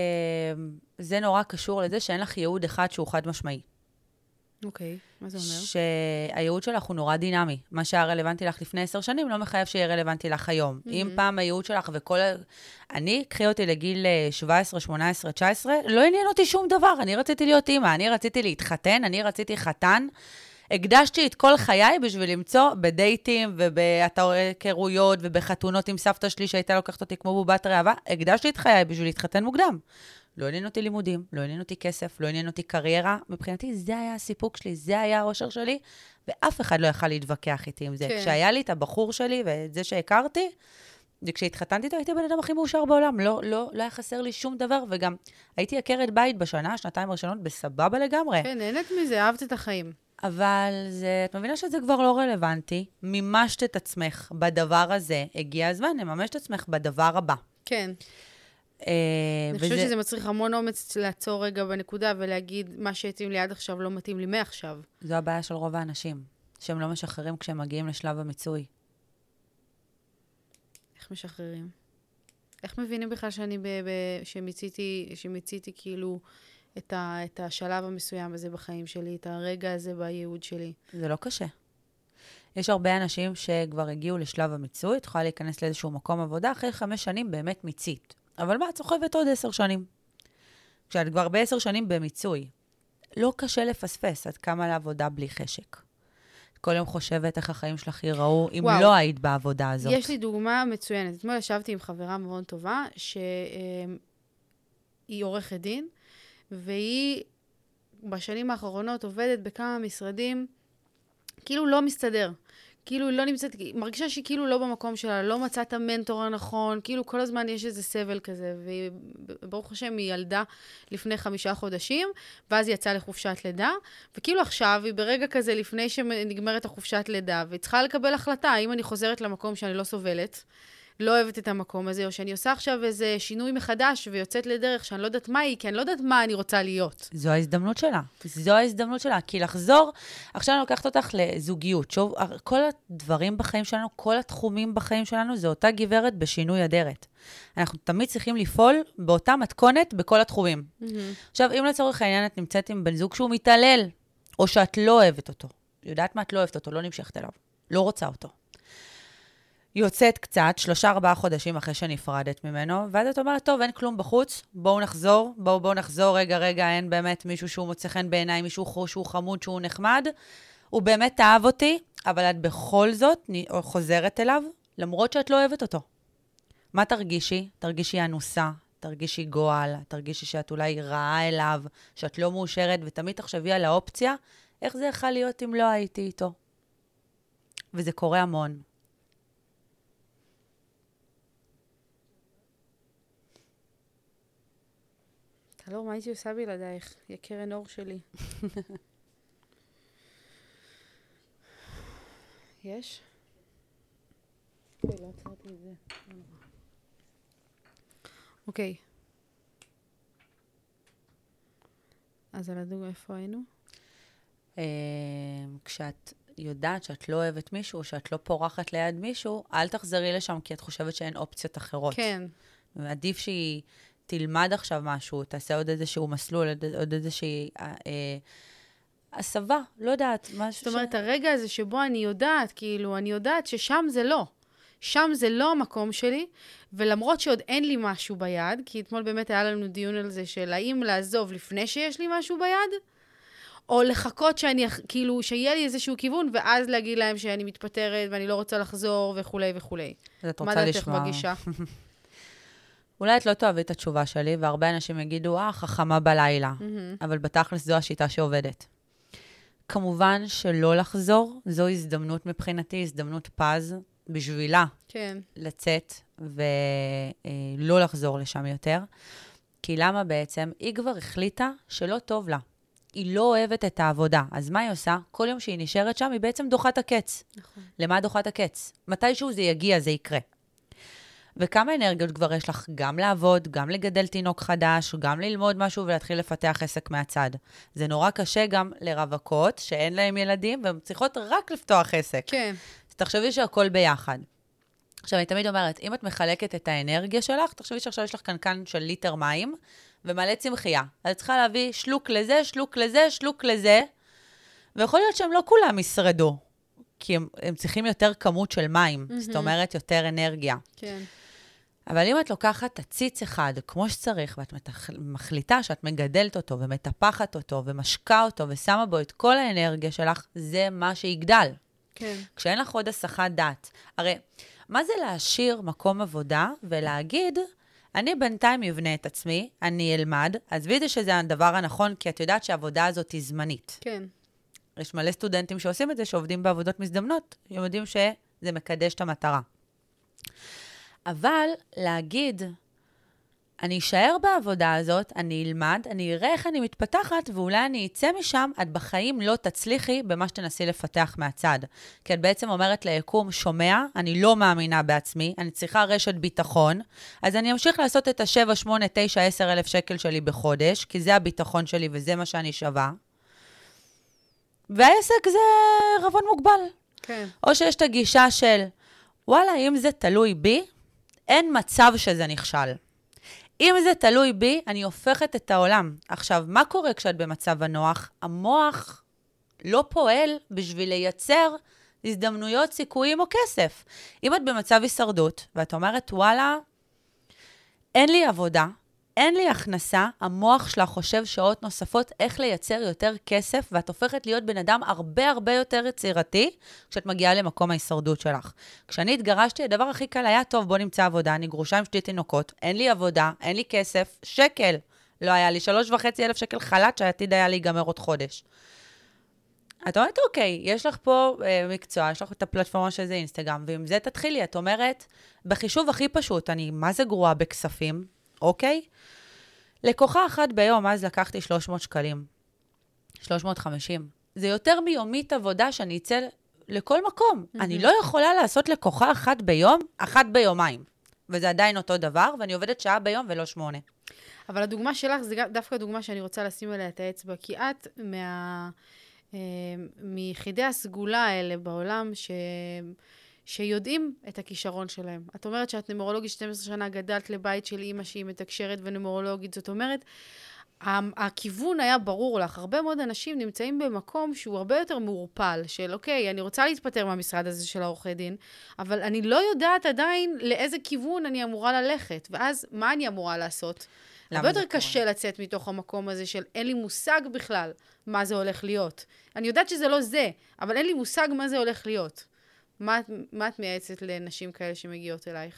זה נורא קשור לזה שאין לך ייעוד אחד שהוא חד משמעי. אוקיי, מה זה אומר? שהייעוד שלך הוא נורא דינמי. מה שהיה רלוונטי לך לפני עשר שנים, לא מחייב שיהיה רלוונטי לך היום. Mm-hmm. אם פעם הייעוד שלך וכל... אני, קחי אותי לגיל שבע עשרה, שמונה עשרה, תשע עשרה, לא עניין אותי שום דבר. אני רציתי להיות אימא, אני רציתי להתחתן, אני רציתי חתן. הקדשתי את כל חיי בשביל למצוא בדייטים ובהיכרויות ובחתונות עם סבתא שלי שהייתה לוקחת אותי כמו בובת ראווה. הקדשתי את חיי בשביל להתחתן מוקדם. לא עניין אותי לימודים, לא עניין אותי כסף, לא עניין אותי קריירה. מבחינתי זה היה הסיפוק שלי, זה היה האושר שלי, ואף אחד לא יכל להתווכח איתי עם זה. כן. כשהיה לי את הבחור שלי ואת זה שהכרתי, וכשהתחתנתי איתו הייתי בן אדם הכי מאושר בעולם. לא, לא, לא היה חסר לי שום דבר, וגם הייתי עקרת בית בשנה, שנתיים ראשונות, בסבבה לגמרי. כן, נהנית מזה, אהבת את החיים. אבל זה, את מבינה שזה כבר לא רלוונטי. מימשת את עצמך בדבר הזה, הגיע הזמן, לממש את עצמך בדבר הבא. כן. אני חושבת שזה מצריך המון אומץ לעצור רגע בנקודה ולהגיד, מה שהתאים לי עד עכשיו לא מתאים לי מעכשיו. זו הבעיה של רוב האנשים, שהם לא משחררים כשהם מגיעים לשלב המיצוי. איך משחררים? איך מבינים בכלל שאני ב- ב- שמיציתי, שמיציתי כאילו את, ה- את השלב המסוים הזה בחיים שלי, את הרגע הזה בייעוד שלי? זה לא קשה. יש הרבה אנשים שכבר הגיעו לשלב המיצוי, את יכולה להיכנס לאיזשהו מקום עבודה, אחרי חמש שנים באמת מיצית. אבל מה, את סוחבת עוד עשר שנים. כשאת כבר בעשר שנים במיצוי, לא קשה לפספס עד כמה לעבודה בלי חשק. כל יום חושבת איך החיים שלך ייראו, אם וואו. לא היית בעבודה הזאת. יש לי דוגמה מצוינת. אתמול ישבתי עם חברה מאוד טובה, שהיא עורכת דין, והיא בשנים האחרונות עובדת בכמה משרדים, כאילו לא מסתדר. כאילו היא לא נמצאת, מרגישה שהיא כאילו לא במקום שלה, לא מצאה את המנטור הנכון, כאילו כל הזמן יש איזה סבל כזה, וברוך השם היא ילדה לפני חמישה חודשים, ואז היא יצאה לחופשת לידה, וכאילו עכשיו היא ברגע כזה לפני שנגמרת החופשת לידה, והיא צריכה לקבל החלטה, האם אני חוזרת למקום שאני לא סובלת, לא אוהבת את המקום הזה, או שאני עושה עכשיו איזה שינוי מחדש, ויוצאת לדרך שאני לא יודעת מה היא, כי אני לא יודעת מה אני רוצה להיות. זו ההזדמנות שלה. זו ההזדמנות שלה. כי לחזור, עכשיו אני לוקחת אותך לזוגיות. שוב, כל הדברים בחיים שלנו, כל התחומים בחיים שלנו, זה אותה גברת בשינוי אדרת. אנחנו תמיד צריכים לפעול באותה מתכונת בכל התחומים. Mm-hmm. עכשיו, אם לצורך העניין את נמצאת עם בן זוג שהוא מתעלל, או שאת לא אוהבת אותו, יודעת מה את לא אוהבת אותו, לא נמשכת אליו, לא רוצה אותו. יוצאת קצת, שלושה ארבעה חודשים אחרי שנפרדת ממנו, ואז את אומרת, טוב, אין כלום בחוץ, בואו נחזור, בואו בואו נחזור, רגע, רגע, אין באמת מישהו שהוא מוצא חן בעיניי, מישהו שהוא חמוד, שהוא נחמד, הוא באמת אהב אותי, אבל את בכל זאת חוזרת אליו, למרות שאת לא אוהבת אותו. מה תרגישי? תרגישי אנוסה, תרגישי גועל, תרגישי שאת אולי רעה אליו, שאת לא מאושרת, ותמיד תחשבי על האופציה, איך זה יכול להיות אם לא הייתי איתו. וזה קורה המון. לא, מה הייתי עושה בלעדייך? היא הקרן אור שלי. יש? אוקיי, לא עצרתי את זה. אוקיי. אז על הדוג, איפה היינו? כשאת יודעת שאת לא אוהבת מישהו, שאת לא פורחת ליד מישהו, אל תחזרי לשם, כי את חושבת שאין אופציות אחרות. כן. עדיף שהיא... תלמד עכשיו משהו, תעשה עוד איזשהו מסלול, עוד איזושהי אה, הסבה, לא יודעת. זאת אומרת, ש... הרגע הזה שבו אני יודעת, כאילו, אני יודעת ששם זה לא. שם זה לא המקום שלי, ולמרות שעוד אין לי משהו ביד, כי אתמול באמת היה לנו דיון על זה של האם לעזוב לפני שיש לי משהו ביד, או לחכות שאני, כאילו, שיהיה לי איזשהו כיוון, ואז להגיד להם שאני מתפטרת, ואני לא רוצה לחזור, וכולי וכולי. אז את רוצה לשמוע. מה דעתך בגישה? אולי את לא תאהבי את התשובה שלי, והרבה אנשים יגידו, אה, חכמה בלילה. אבל בתכלס זו השיטה שעובדת. כמובן שלא לחזור, זו הזדמנות מבחינתי, הזדמנות פז בשבילה כן. לצאת ולא לחזור לשם יותר. כי למה בעצם? היא כבר החליטה שלא טוב לה. היא לא אוהבת את העבודה. אז מה היא עושה? כל יום שהיא נשארת שם, היא בעצם דוחה את הקץ. נכון. למה דוחה את הקץ? מתישהו זה יגיע, זה יקרה. וכמה אנרגיות כבר יש לך גם לעבוד, גם לגדל תינוק חדש, גם ללמוד משהו ולהתחיל לפתח עסק מהצד. זה נורא קשה גם לרווקות שאין להם ילדים, והן צריכות רק לפתוח עסק. כן. אז תחשבי שהכל ביחד. עכשיו, אני תמיד אומרת, אם את מחלקת את האנרגיה שלך, תחשבי שעכשיו יש לך קנקן של ליטר מים, ומלא צמחייה. אז את צריכה להביא שלוק לזה, שלוק לזה, שלוק לזה, ויכול להיות שהם לא כולם ישרדו, כי הם, הם צריכים יותר כמות של מים, mm-hmm. זאת אומרת יותר אנרגיה. כן. אבל אם את לוקחת עציץ אחד, כמו שצריך, ואת מתח... מחליטה שאת מגדלת אותו, ומטפחת אותו, ומשקה אותו, ושמה בו את כל האנרגיה שלך, זה מה שיגדל. כן. כשאין לך עוד הסחת דעת. הרי, מה זה להשאיר מקום עבודה, ולהגיד, אני בינתיים אבנה את עצמי, אני אלמד, אז וידע שזה הדבר הנכון, כי את יודעת שהעבודה הזאת היא זמנית. כן. יש מלא סטודנטים שעושים את זה, שעובדים בעבודות מזדמנות, הם יודעים שזה מקדש את המטרה. אבל להגיד, אני אשאר בעבודה הזאת, אני אלמד, אני אראה איך אני מתפתחת, ואולי אני אצא משם, את בחיים לא תצליחי במה שתנסי לפתח מהצד. כי את בעצם אומרת ליקום, שומע, אני לא מאמינה בעצמי, אני צריכה רשת ביטחון, אז אני אמשיך לעשות את ה-שבע, שמונה, תשע, עשר אלף שקל שלי בחודש, כי זה הביטחון שלי וזה מה שאני שווה. והעסק זה רבון מוגבל. כן. או שיש את הגישה של, וואלה, אם זה תלוי בי, אין מצב שזה נכשל. אם זה תלוי בי, אני הופכת את העולם. עכשיו, מה קורה כשאת במצב הנוח? המוח לא פועל בשביל לייצר הזדמנויות, סיכויים או כסף. אם את במצב הישרדות, ואת אומרת, וואלה, אין לי עבודה, אין לי הכנסה, המוח שלה חושב שעות נוספות איך לייצר יותר כסף, ואת הופכת להיות בן אדם הרבה הרבה יותר יצירתי, כשאת מגיעה למקום ההישרדות שלך. כשאני התגרשתי, הדבר הכי קל היה, טוב, בוא נמצא עבודה, אני גרושה עם שתי תינוקות, אין לי עבודה, אין לי כסף, שקל. לא היה לי שלוש וחצי אלף שקל חל"ת, שהעתיד היה להיגמר עוד חודש. את אומרת, אוקיי, יש לך פה אה, מקצוע, יש לך את הפלטפורמה שזה אינסטגרם, ועם זה תתחילי, את אומרת, בחישוב הכי פשוט, אני מה זה גרועה בכספים, אוקיי? לקוחה אחת ביום, אז לקחתי שלוש מאות שקלים. שלוש מאות וחמישים. זה יותר מיומית עבודה שאני אצא לכל מקום. Mm-hmm. אני לא יכולה לעשות לקוחה אחת ביום, אחת ביומיים. וזה עדיין אותו דבר, ואני עובדת שעה ביום ולא שמונה. אבל הדוגמה שלך זה דווקא הדוגמה שאני רוצה לשים עליה את האצבע, כי את מה... מיחידי הסגולה האלה בעולם ש... שיודעים את הכישרון שלהם. את אומרת שאת נומרולוגית שתים עשרה שנה, גדלת לבית של אימא שהיא מתקשרת ונומרולוגית, זאת אומרת, הכיוון היה ברור לך. הרבה מאוד אנשים נמצאים במקום שהוא הרבה יותר מעורפל, של אוקיי, אני רוצה להתפטר מהמשרד הזה של העורכי דין, אבל אני לא יודעת עדיין לאיזה כיוון אני אמורה ללכת, ואז מה אני אמורה לעשות? הרבה יותר קשה לצאת מתוך המקום הזה של אין לי מושג בכלל מה זה הולך להיות. אני יודעת שזה לא זה, אבל אין לי מושג מה זה הולך להיות. מה, מה את מייעצת לנשים כאלה שמגיעות אלייך?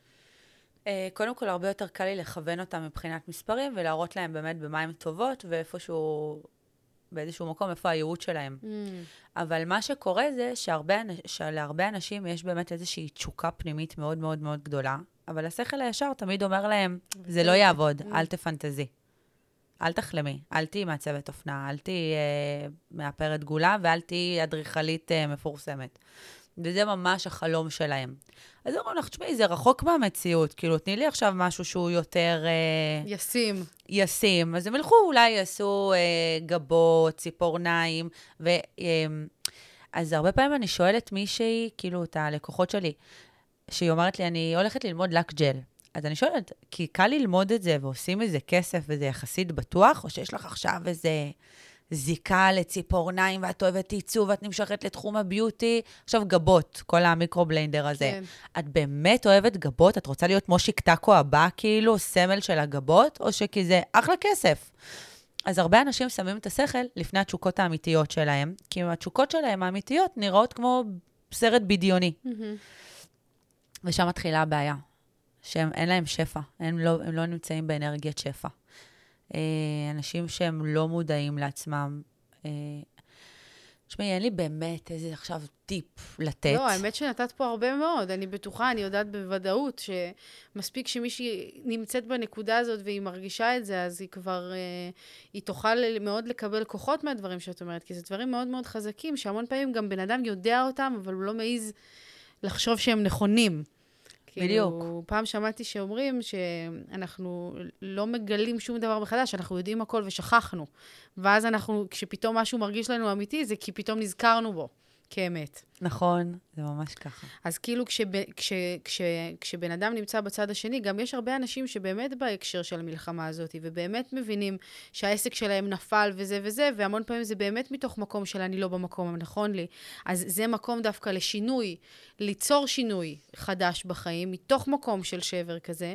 קודם כל, הרבה יותר קל לי לכוון אותם מבחינת מספרים, ולהראות להם באמת במה הן טובות, ואיפשהו, באיזשהו מקום, איפה הייעוד שלהם. Mm. אבל מה שקורה זה שהרבה, שלהרבה אנשים יש באמת איזושהי תשוקה פנימית מאוד מאוד מאוד גדולה, אבל השכל הישר תמיד אומר להם, זה לא יעבוד, אל תפנטזי. אל תחלמי, אל תהי מעצבת אופנה, אל תהי אה, מאפרת גולה, ואל תהי אדריכלית אה, מפורסמת. וזה ממש החלום שלהם. אז אומרים לך, תשמעי, זה רחוק מהמציאות, כאילו, תני לי עכשיו משהו שהוא יותר... אה, ישים. ישים. אז הם הלכו, אולי יעשו אה, גבות, ציפורניים, ו... אה, אז הרבה פעמים אני שואלת מישהי, כאילו, את הלקוחות שלי, שהיא אומרת לי, אני הולכת ללמוד לק ג'ל. אז אני שואלת, כי קל ללמוד את זה, ועושים איזה כסף, וזה יחסית בטוח, או שיש לך עכשיו איזה זיקה לציפורניים, ואת אוהבת עיצוב, ואת נמשכת לתחום הביוטי, עכשיו גבות, כל המיקרובלנדר הזה. כן. את באמת אוהבת גבות? את רוצה להיות מושיק טאקו הבא, כאילו, סמל של הגבות, או שכי זה אחלה כסף? אז הרבה אנשים שמים את השכל לפני התשוקות האמיתיות שלהם, כי התשוקות שלהם האמיתיות נראות כמו סרט בדיוני. ושם מתחילה הבעיה, שהם אין להם שפע, הם לא, הם לא נמצאים באנרגיית שפע. אנשים שהם לא מודעים לעצמם, תשמעי, אין לי באמת איזה עכשיו טיפ לתת. לא, האמת שנתת פה הרבה מאוד. אני בטוחה, אני יודעת בוודאות, שמספיק שמישהי נמצאת בנקודה הזאת והיא מרגישה את זה, אז היא כבר, היא תוכל מאוד לקבל כוחות מהדברים שאת אומרת, כי זה דברים מאוד מאוד חזקים, שהמון פעמים גם בן אדם יודע אותם, אבל הוא לא מעז לחשוב שהם נכונים. בדיוק. כאילו, פעם שמעתי שאומרים שאנחנו לא מגלים שום דבר מחדש, אנחנו יודעים הכל ושכחנו. ואז אנחנו, כשפתאום משהו מרגיש לנו אמיתי, זה כי פתאום נזכרנו בו, כאמת. נכון, זה ממש ככה. אז כאילו, כשב, כש, כש, כשבן אדם נמצא בצד השני, גם יש הרבה אנשים שבאמת בהקשר של המלחמה הזאת, ובאמת מבינים שהעסק שלהם נפל וזה וזה, והמון פעמים זה באמת מתוך מקום של אני לא במקום הנכון לי. אז זה מקום דווקא לשינוי, ליצור שינוי חדש בחיים, מתוך מקום של שבר כזה.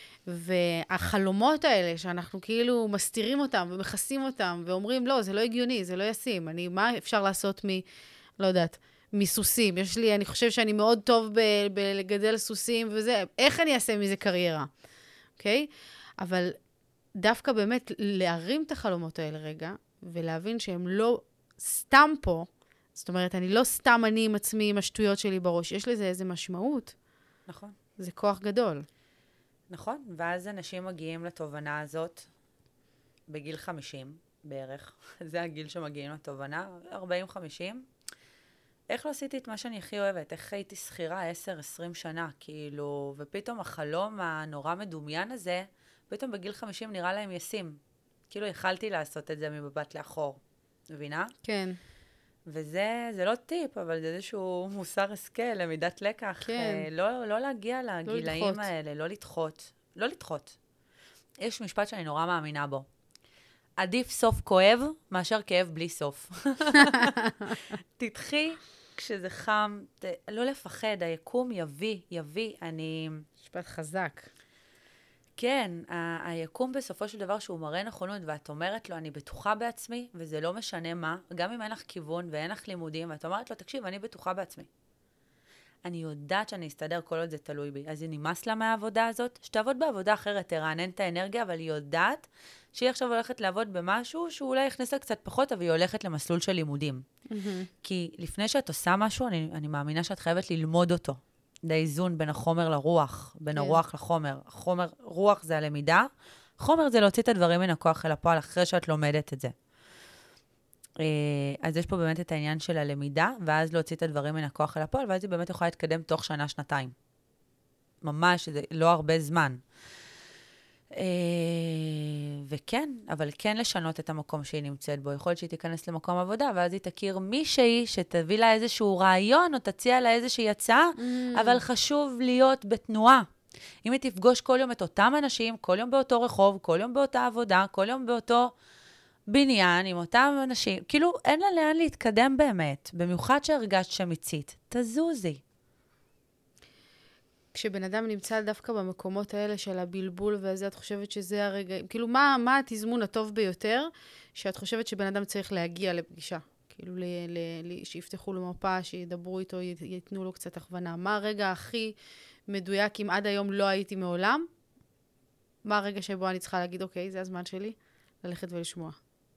והחלומות האלה שאנחנו כאילו מסתירים אותם ומכסים אותם, ואומרים, לא, זה לא הגיוני, זה לא ישים. אני, מה אפשר לעשות מ... לא יודעת, מסוסים. יש לי, אני חושב שאני מאוד טוב ב- בלגדל סוסים וזה, איך אני אעשה מזה קריירה? אוקיי? אבל דווקא באמת להרים את החלומות האלה רגע, ולהבין שהם לא סתם פה, זאת אומרת, אני לא סתם אני עם עצמי, עם השטויות שלי בראש, יש לזה איזה משמעות. נכון. זה כוח גדול. נכון, ואז אנשים מגיעים לתובנה הזאת בגיל חמישים בערך. זה הגיל שמגיעים לתובנה, ארבעים חמישים. איך לא עשיתי את מה שאני הכי אוהבת? איך הייתי שכירה עשר עשרים שנה? כאילו, ופתאום החלום הנורא מדומיין הזה, פתאום בגיל חמישים נראה להם ישים. כאילו, יכלתי לעשות את זה מבט לאחור. מבינה? כן. וזה, זה לא טיפ, אבל זה איזשהו מוסר השכל, למידת לקח. כן. לא, לא להגיע לגילאים לדחות. האלה, לא לדחות. לא לדחות. יש משפט שאני נורא מאמינה בו. עדיף סוף כואב מאשר כאב בלי סוף. תדחי כשזה חם, ת... לא לפחד, היקום יביא, יביא, אני... משפט חזק. כן, ה- היקום בסופו של דבר שהוא מראה נכונות, ואת אומרת לו, אני בטוחה בעצמי, וזה לא משנה מה, גם אם אין לך כיוון ואין לך לימודים, ואת אומרת לו, תקשיב, אני בטוחה בעצמי. אני יודעת שאני אסתדר כל עוד זה תלוי בי. אז היא נמאס לה מהעבודה הזאת, שתעבוד בעבודה אחרת, תרענן את האנרגיה, אבל היא יודעת שהיא עכשיו הולכת לעבוד במשהו שאולי יכנס לה קצת פחות, אבל היא הולכת למסלול של לימודים. Mm-hmm. כי לפני שאת עושה משהו, אני, אני מאמינה שאת חייבת ללמוד אותו. זה איזון בין החומר לרוח, בין yeah. הרוח לחומר. החומר, רוח זה הלמידה, חומר זה להוציא את הדברים מן הכוח אל הפועל, אחרי שאת לומדת את זה. אז יש פה באמת את העניין של הלמידה, ואז להוציא את הדברים מן הכוח אל הפועל, ואז היא באמת יכולה להתקדם תוך שנה, שנתיים. ממש, זה לא הרבה זמן. וכן, אבל כן לשנות את המקום שהיא נמצאת בו. יכול להיות שהיא תיכנס למקום עבודה, ואז היא תכיר מישהי שתביא לה איזשהו רעיון, או תציע לה איזושהי הצעה, mm. אבל חשוב להיות בתנועה. אם היא תפגוש כל יום את אותם אנשים, כל יום באותו רחוב, כל יום באותה עבודה, כל יום באותו בניין, עם אותם אנשים, כאילו אין לה לאן להתקדם באמת, במיוחד שהרגשת שמיצית. תזוזי. כשבן אדם נמצא דווקא במקומות האלה של הבלבול וזה, את חושבת שזה הרגע, כאילו, מה, מה התזמון הטוב ביותר שאת חושבת שבן אדם צריך להגיע לפגישה? כאילו, ל, ל, ל, שיפתחו לו מפה, שידברו איתו, ייתנו לו קצת הכוונה. מה הרגע הכי מדויק, אם עד היום לא הייתי מעולם? מה הרגע שבו אני צריכה להגיד, אוקיי, זה הזמן שלי, ללכת ולשמוע?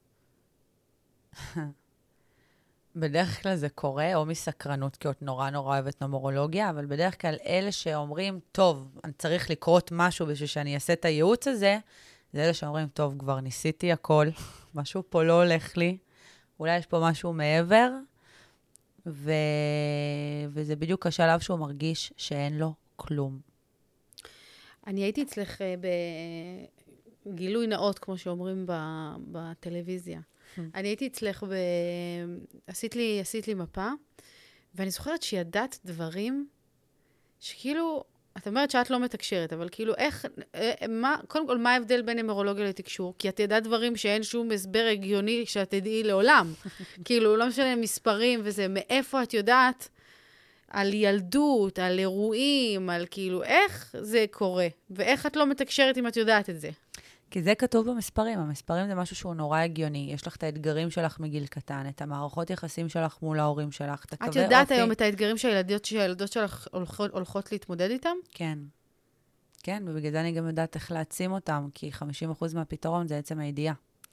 בדרך כלל זה קורה, או מסקרנות, כי את נורא נורא אוהבת נומרולוגיה, אבל בדרך כלל אלה שאומרים, טוב, אני צריך לקרות משהו בשביל שאני אעשה את הייעוץ הזה, זה אלה שאומרים, טוב, כבר ניסיתי הכל, משהו פה לא הולך לי, אולי יש פה משהו מעבר, ו... וזה בדיוק השלב שהוא מרגיש שאין לו כלום. אני הייתי אצלך בגילוי נאות, כמו שאומרים בטלוויזיה. אני הייתי אצלך, ב... עשית לי, עשית לי מפה, ואני זוכרת שידעת דברים שכאילו, את אומרת שאת לא מתקשרת, אבל כאילו איך, מה, קודם כל, מה ההבדל בין נומרולוגיה לתקשור? כי את ידעת דברים שאין שום הסבר הגיוני שאת תדעי לעולם. כאילו, לא משנה מספרים וזה, מאיפה את יודעת על ילדות, על אירועים, על כאילו, איך זה קורה? ואיך את לא מתקשרת אם את יודעת את זה? כי זה כתוב במספרים. המספרים זה משהו שהוא נורא הגיוני. יש לך את האתגרים שלך מגיל קטן, את המערכות יחסים שלך מול ההורים שלך, את הקווי אופי. את יודעת היום את האתגרים שהילדות, שהילדות שלך הולכות, הולכות להתמודד איתם? כן. כן, ובגלל זה אני גם יודעת איך להעצים אותם, כי חמישים אחוז מהפתרון זה עצם הידיעה.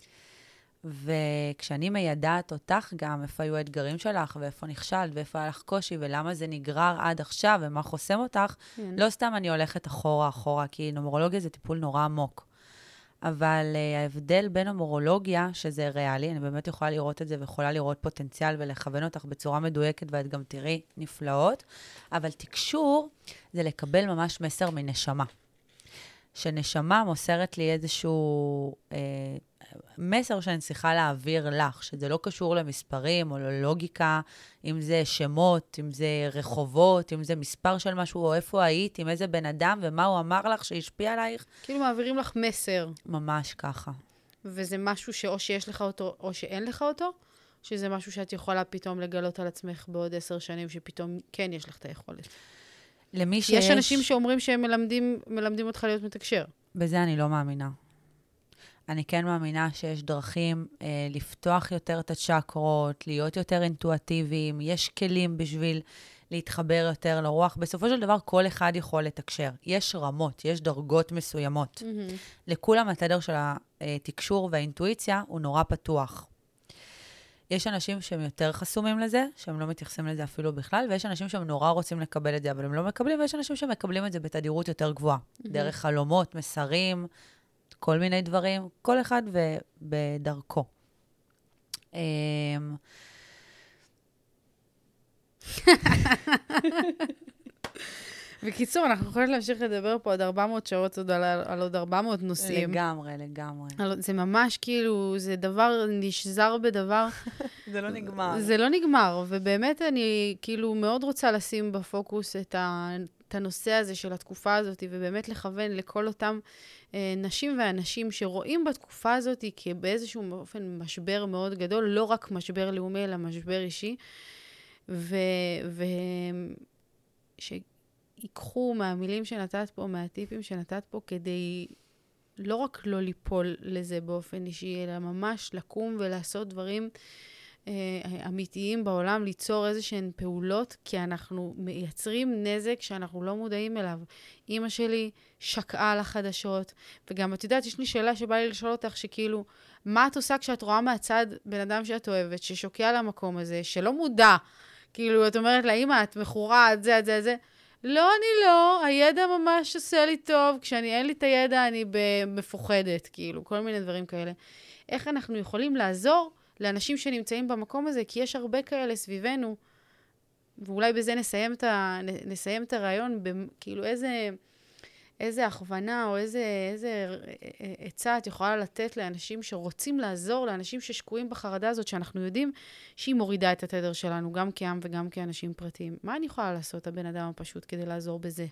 וכשאני מיידעת אותך גם איפה היו האתגרים שלך, ואיפה נכשלת, ואיפה היה לך קושי, ולמה זה נגרר עד עכשיו, ומה חוסם אותך, כן. לא סתם אני הולכת אחורה, אחורה, כי נומרולוגיה זה טיפול נורא עמוק. אבל uh, ההבדל בין נומרולוגיה, שזה ריאלי, אני באמת יכולה לראות את זה, ויכולה לראות פוטנציאל ולכוון אותך בצורה מדויקת, ואת גם תראי נפלאות, אבל תקשור זה לקבל ממש מסר מנשמה. שנשמה מוסרת לי איזשהו אה, מסר שאני צריכה להעביר לך, שזה לא קשור למספרים או ללוגיקה, אם זה שמות, אם זה רחובות, אם זה מספר של משהו, או איפה היית, עם איזה בן אדם, ומה הוא אמר לך שהשפיע עלייך. כאילו מעבירים לך מסר. ממש ככה. וזה משהו שאו שיש לך אותו, או שאין לך אותו, שזה משהו שאת יכולה פתאום לגלות על עצמך בעוד עשר שנים, שפתאום כן יש לך את היכולת. למי שיש... יש אנשים שאומרים שהם מלמדים, מלמדים אותך להיות מתקשר. בזה אני לא מאמינה. אני כן מאמינה שיש דרכים אה, לפתוח יותר את הצ'קרות, להיות יותר אינטואטיביים, יש כלים בשביל להתחבר יותר לרוח. בסופו של דבר, כל אחד יכול לתקשר. יש רמות, יש דרגות מסוימות. Mm-hmm. לכולם התדר של התקשור והאינטואיציה הוא נורא פתוח. יש אנשים שהם יותר חסומים לזה, שהם לא מתייחסים לזה אפילו בכלל, ויש אנשים שהם נורא רוצים לקבל את זה, אבל הם לא מקבלים, ויש אנשים שמקבלים את זה בתדירות יותר גבוהה. Mm-hmm. דרך חלומות, מסרים, כל מיני דברים, כל אחד ובדרכו. בקיצור, אנחנו יכולים להמשיך לדבר פה עוד ארבע מאות שעות עוד על, על עוד ארבע מאות נושאים. לגמרי, לגמרי. זה ממש כאילו, זה דבר נשזר בדבר. זה לא נגמר. זה לא נגמר, ובאמת אני כאילו מאוד רוצה לשים בפוקוס את, ה, את הנושא הזה של התקופה הזאת, ובאמת לכוון לכל אותם אה, נשים ואנשים שרואים בתקופה הזאת כבאיזשהו אופן משבר מאוד גדול, לא רק משבר לאומי, אלא משבר אישי, ו... ו ש... ייקחו מהמילים שנתת פה, מהטיפים שנתת פה, כדי לא רק לא ליפול לזה באופן אישי, אלא ממש לקום ולעשות דברים אה, אמיתיים בעולם, ליצור איזשהן פעולות, כי אנחנו מייצרים נזק שאנחנו לא מודעים אליו. אמא שלי שקעה לחדשות, וגם את יודעת, יש לי שאלה שבא לי לשאול אותך, שכאילו, מה את עושה כשאת רואה מהצד בן אדם שאת אוהבת, ששוקע למקום הזה, שלא מודע, כאילו, את אומרת לה, אמא, את מכורה, את זה, את זה, את זה, לא, אני לא, הידע ממש עושה לי טוב, כשאני אין לי את הידע, אני מפוחדת, כאילו, כל מיני דברים כאלה. איך אנחנו יכולים לעזור לאנשים שנמצאים במקום הזה, כי יש הרבה כאלה סביבנו, ואולי בזה נסיים את, ה, נסיים את הרעיון, כאילו איזה, איזה הכוונה או איזה, איזה עצה את יכולה לתת לאנשים שרוצים לעזור, לאנשים ששקועים בחרדה הזאת, שאנחנו יודעים שהיא מורידה את התדר שלנו, גם כעם וגם כאנשים פרטיים. מה אני יכולה לעשות, הבן אדם הפשוט, כדי לעזור בזה?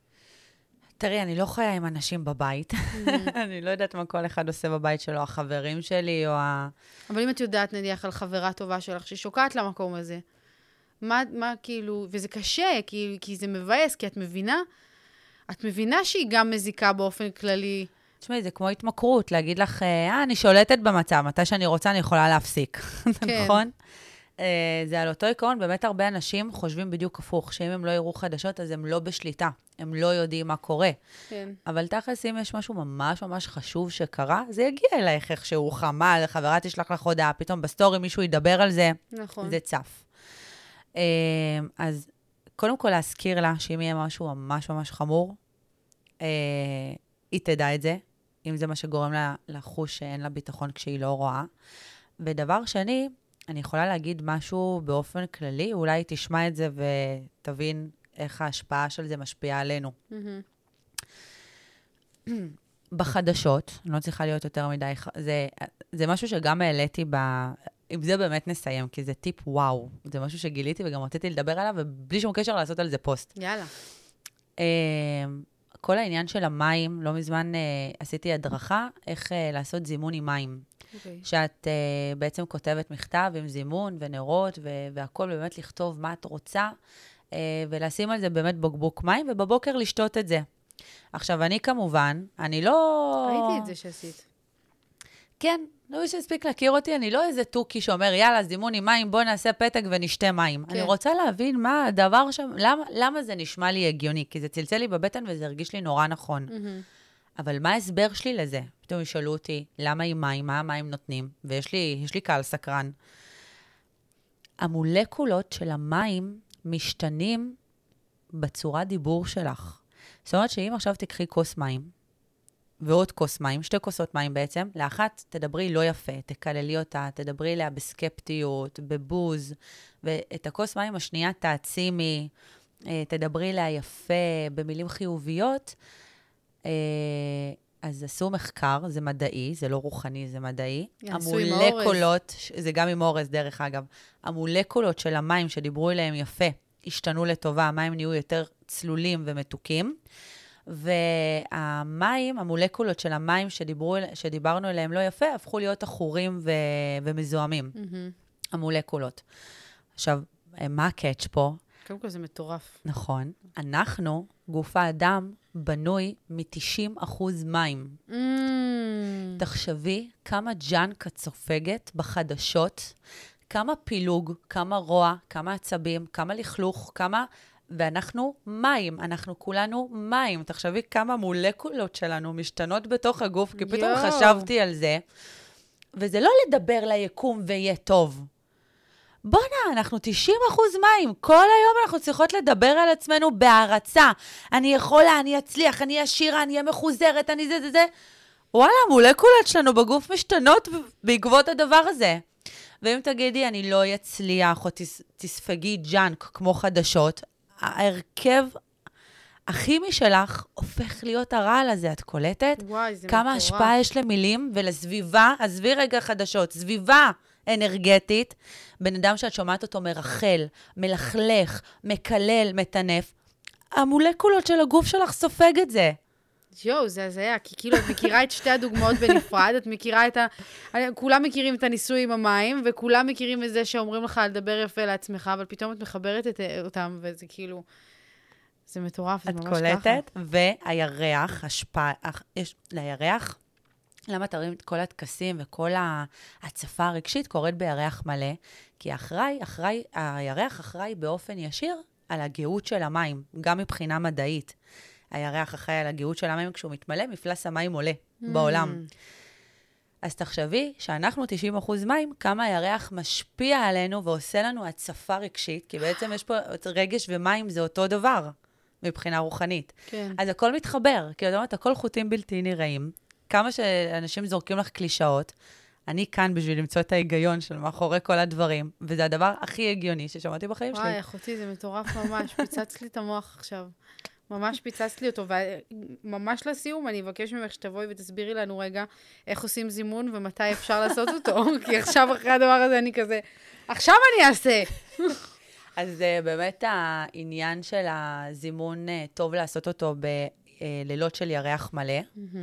תראי, אני לא חיה עם אנשים בבית. אני לא יודעת מה כל אחד עושה בבית שלו, החברים שלי או ה... אבל אם את יודעת, נניח, על חברה טובה שלך, ששוקעת למקום הזה, מה, מה כאילו, וזה קשה, כי, כי זה מבאס, כי את מבינה, את מבינה שהיא גם מזיקה באופן כללי. תשמעי, זה כמו התמכרות, להגיד לך, אה, אני שולטת במצב, מתי שאני רוצה אני יכולה להפסיק. כן. נכון? זה על אותו עיקרון, באמת הרבה אנשים חושבים בדיוק הפוך, שאם הם לא יראו חדשות, אז הם לא בשליטה, הם לא יודעים מה קורה. כן. אבל תכלס, אם יש משהו ממש ממש חשוב שקרה, זה יגיע אלייך איכשהו חמה, חברה תשלח לך הודעה, פתאום בסטורי מישהו ידבר על זה, נכון. זה צף. אז קודם כל להזכיר לה, שאם יהיה משהו ממש ממש חמור, היא תדע את זה, אם זה מה שגורם לה לחוש שאין לה ביטחון כשהיא לא רואה. ודבר שני, אני יכולה להגיד משהו באופן כללי, אולי תשמע את זה ותבין איך ההשפעה של זה משפיעה עלינו. Mm-hmm. בחדשות, אני לא צריכה להיות יותר מדי, זה, זה משהו שגם העליתי ב... אם זה באמת נסיים, כי זה טיפ וואו. זה משהו שגיליתי וגם רציתי לדבר עליו, ובלי שום קשר לעשות על זה פוסט. יאללה. כל העניין של המים, לא מזמן עשיתי הדרכה, איך לעשות זימון עם מים. Okay. שאת uh, בעצם כותבת מכתב עם זימון ונרות ו- והכל, באמת לכתוב מה את רוצה, uh, ולשים על זה באמת בקבוק מים, ובבוקר לשתות את זה. עכשיו, אני כמובן, אני לא... ראיתי את זה שעשית. כן, לא שהספיק להכיר אותי, אני לא איזה טוקי שאומר, יאללה, זימוני מים, בוא נעשה פתק ונשתה מים. כן. אני רוצה להבין מה הדבר שם, למה, למה זה נשמע לי הגיוני, כי זה צלצל לי בבטן וזה הרגיש לי נורא נכון. Mm-hmm. אבל מה ההסבר שלי לזה? פתאום ישאלו אותי, למה עם מים, מה המים נותנים? ויש לי, יש לי קהל סקרן. המולקולות של המים משתנים בצורת דיבור שלך. זאת אומרת שאם עכשיו תקחי כוס מים, ועוד כוס מים, שתי כוסות מים בעצם, לאחת תדברי לא יפה, תקללי אותה, תדברי אליה בסקפטיות, בבוז, ואת הכוס מים השנייה תעצימי, תדברי אליה יפה, במילים חיוביות, אז עשו מחקר, זה מדעי, זה לא רוחני, זה מדעי. המולקולות, זה גם עם אורז דרך אגב, המולקולות של המים שדיברו אליהם יפה, השתנו לטובה, המים נהיו יותר צלולים ומתוקים, והמים, המולקולות של המים שדיברו, שדיברנו אליהם לא יפה, הפכו להיות עכורים ו, ומזוהמים, mm-hmm. המולקולות. עכשיו, מה הקאץ' פה? קודם כל זה מטורף. נכון. אנחנו, גוף האדם, בנוי מ-תשעים אחוז מים. Mm. תחשבי כמה ג'אנק את סופגת בחדשות, כמה פילוג, כמה רוע, כמה עצבים, כמה לכלוך, כמה... ואנחנו מים, אנחנו כולנו מים. תחשבי כמה מולקולות שלנו משתנות בתוך הגוף, כי פתאום יו. חשבתי על זה. וזה לא לדבר ליקום ויהיה טוב. בוא נע, אנחנו תשעים אחוז מים. כל היום אנחנו צריכות לדבר על עצמנו בהערצה. אני יכולה, אני אצליח, אני עשירה, אני אהיה מחוזרת, אני זה זה זה. וואלה, המולקולות שלנו בגוף משתנות בעקבות הדבר הזה. ואם תגידי, אני לא אצליח, או תס, תספגי ג'אנק כמו חדשות, ההרכב הכימי שלך הופך להיות הרעל הזה, את קולטת? וואי, זה כמה מטורף. השפעה יש למילים ולסביבה, עזבי רגע חדשות, סביבה אנרגטית, בן אדם שאת שומעת אותו מרחל, מלכלך, מקלל, מטנף, המולקולות של הגוף שלך סופג את זה. יואו, זה הזיה, כי כאילו את מכירה את שתי הדוגמאות בנפרד, את מכירה את ה... כולם מכירים את הניסוי עם המים, וכולם מכירים את זה שאומרים לך לדבר יפה לעצמך, אבל פתאום את מחברת את אותם, וזה כאילו... זה מטורף, זה ממש ככה. את קולטת, והירח, השפעה... יש לירח, למה תראים את כל התקסים וכל ההצפה הרגשית קורית בירח מלא? כי אחראי, אחראי, הירח אחראי באופן ישיר על הגאות של המים, גם מבחינה מדעית. הירח אחראי על הגאות של המים, כשהוא מתמלא, מפלס המים עולה mm. בעולם. אז תחשבי שאנחנו תשעים אחוז מים, כמה הירח משפיע עלינו ועושה לנו הצפה רגשית, כי בעצם יש פה רגש ומים זה אותו דבר, מבחינה רוחנית. כן. אז הכל מתחבר, כי זאת אומרת, הכל חוטים בלתי נראים. כמה שאנשים זורקים לך קלישאות, אני כאן בשביל למצוא את ההיגיון של מאחורי כל הדברים, וזה הדבר הכי הגיוני ששמעתי בחיים שלי. וואי, אחותי, זה מטורף ממש, פיצץ לי את המוח עכשיו. ממש פיצצת לי אותו, וממש לסיום אני אבקש ממך שתבואי ותסבירי לנו רגע איך עושים זימון ומתי אפשר לעשות אותו, כי עכשיו אחרי הדבר הזה אני כזה, עכשיו אני אעשה. אז באמת העניין של הזימון, טוב לעשות אותו בלילות של ירח מלא,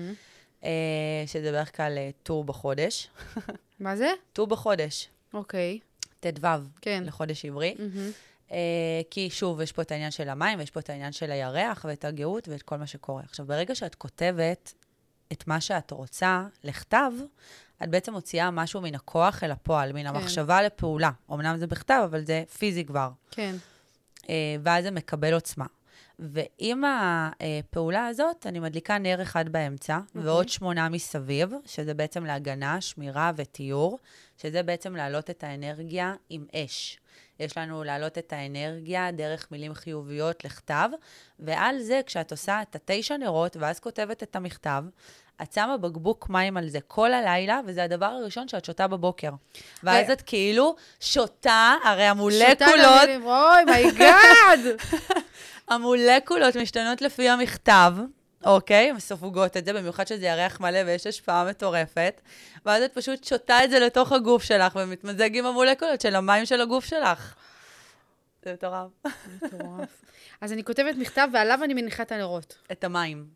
שזה בערך כלל ט"ו בחודש. מה זה? ט"ו בחודש. אוקיי. ט"ו לחודש עברי. Uh, כי שוב, יש פה את העניין של המים, ויש פה את העניין של הירח, ואת הגאות, ואת כל מה שקורה. עכשיו, ברגע שאת כותבת את מה שאת רוצה לכתב, את בעצם מוציאה משהו מן הכוח אל הפועל, מן כן. המחשבה לפעולה. אמנם זה בכתב, אבל זה פיזי כבר. כן. Uh, ואז זה מקבל עוצמה. ועם הפעולה הזאת, אני מדליקה נר אחד באמצע, okay. ועוד שמונה מסביב, שזה בעצם להגנה, שמירה ותיור, שזה בעצם להעלות את האנרגיה עם אש. יש לנו להעלות את האנרגיה דרך מילים חיוביות לכתב, ועל זה, כשאת עושה את התשע נרות, ואז כותבת את המכתב, את שמה בקבוק מים על זה כל הלילה, וזה הדבר הראשון שאת שותה בבוקר. ואז את כאילו שותה, הרי המולקולות... שותה למילים, אוי, מי גאד! המולקולות משתנות לפי המכתב, אוקיי? מסופגות את זה, במיוחד שזה ירח מלא ויש השפעה מטורפת, ואז את פשוט שותה את זה לתוך הגוף שלך, ומתמזג עם המולקולות של המים של הגוף שלך. זה מטורף. מטורף. אז אני כותבת מכתב, ועליו אני מניחה את הנרות. את המים.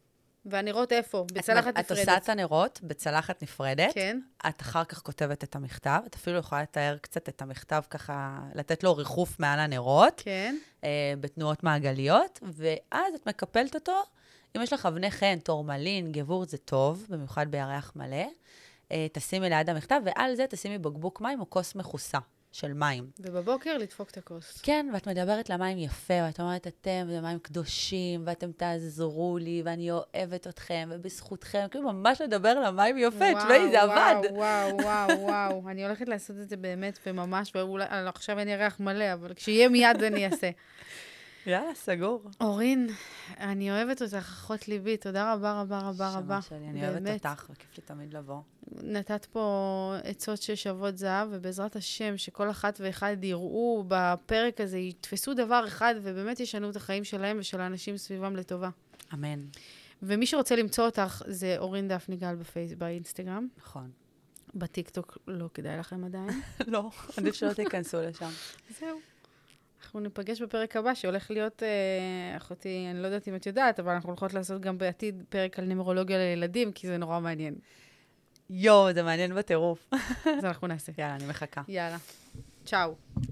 והנרות איפה? בצלחת את, נפרדת. את עושה את הנרות בצלחת נפרדת. כן. את אחר כך כותבת את המכתב. את אפילו יכולה לתאר קצת את המכתב ככה, לתת לו ריחוף מעל הנרות. כן. אה, בתנועות מעגליות, ואז את מקפלת אותו. אם יש לך אבני חן, טורמלין, גבור, זה טוב, במיוחד בירח מלא. אה, תשימי ליד המכתב, ועל זה תשימי בקבוק מים או כוס מכוסה של מים. ובבוקר לדפוק את הכוס. כן, ואת מדברת למים יפה, ואת אומרת, אתם, זה מים קדושים, ואתם תעזרו לי, ואני אוהבת אתכם, ובזכותכם, כאילו ממש לדבר למים יפה, תשמעי, זה עבד. וואו, וואו, וואו. אני הולכת לעשות את זה באמת וממש, ואולי, עכשיו אני ריח מלא, אבל כשיהיה מיד אני אעשה. יאללה, סגור. אורין, אני אוהבת אותך, אחות ליבי, תודה רבה, רבה, רבה, רבה. שמה שלי, אני אוהבת אותך, וכיף לי תמיד לבוא. נתת פה עצות ששוות זהב, ובעזרת השם, שכל אחת ואחד יראו בפרק הזה, יתפסו דבר אחד, ובאמת ישנו את החיים שלהם ושל האנשים סביבם לטובה. אמן. ומי שרוצה למצוא אותך, זה אורין דפני גל בפייס, באינסטגרם. נכון. בטיקטוק לא כדאי לכם עדיין. לא, עדיף שלא תיכנסו לשם. זהו. אנחנו ניפגש בפרק הבא, שהולך להיות, אה, אחותי, אני לא יודעת אם את יודעת, אבל אנחנו הולכות לעשות גם בעתיד פרק על נמרולוגיה לילדים, כי זה נורא מעניין. יואו, זה מעניין בטירוף. אז אנחנו נעשה. יאללה, אני מחכה. יאללה. צ'או.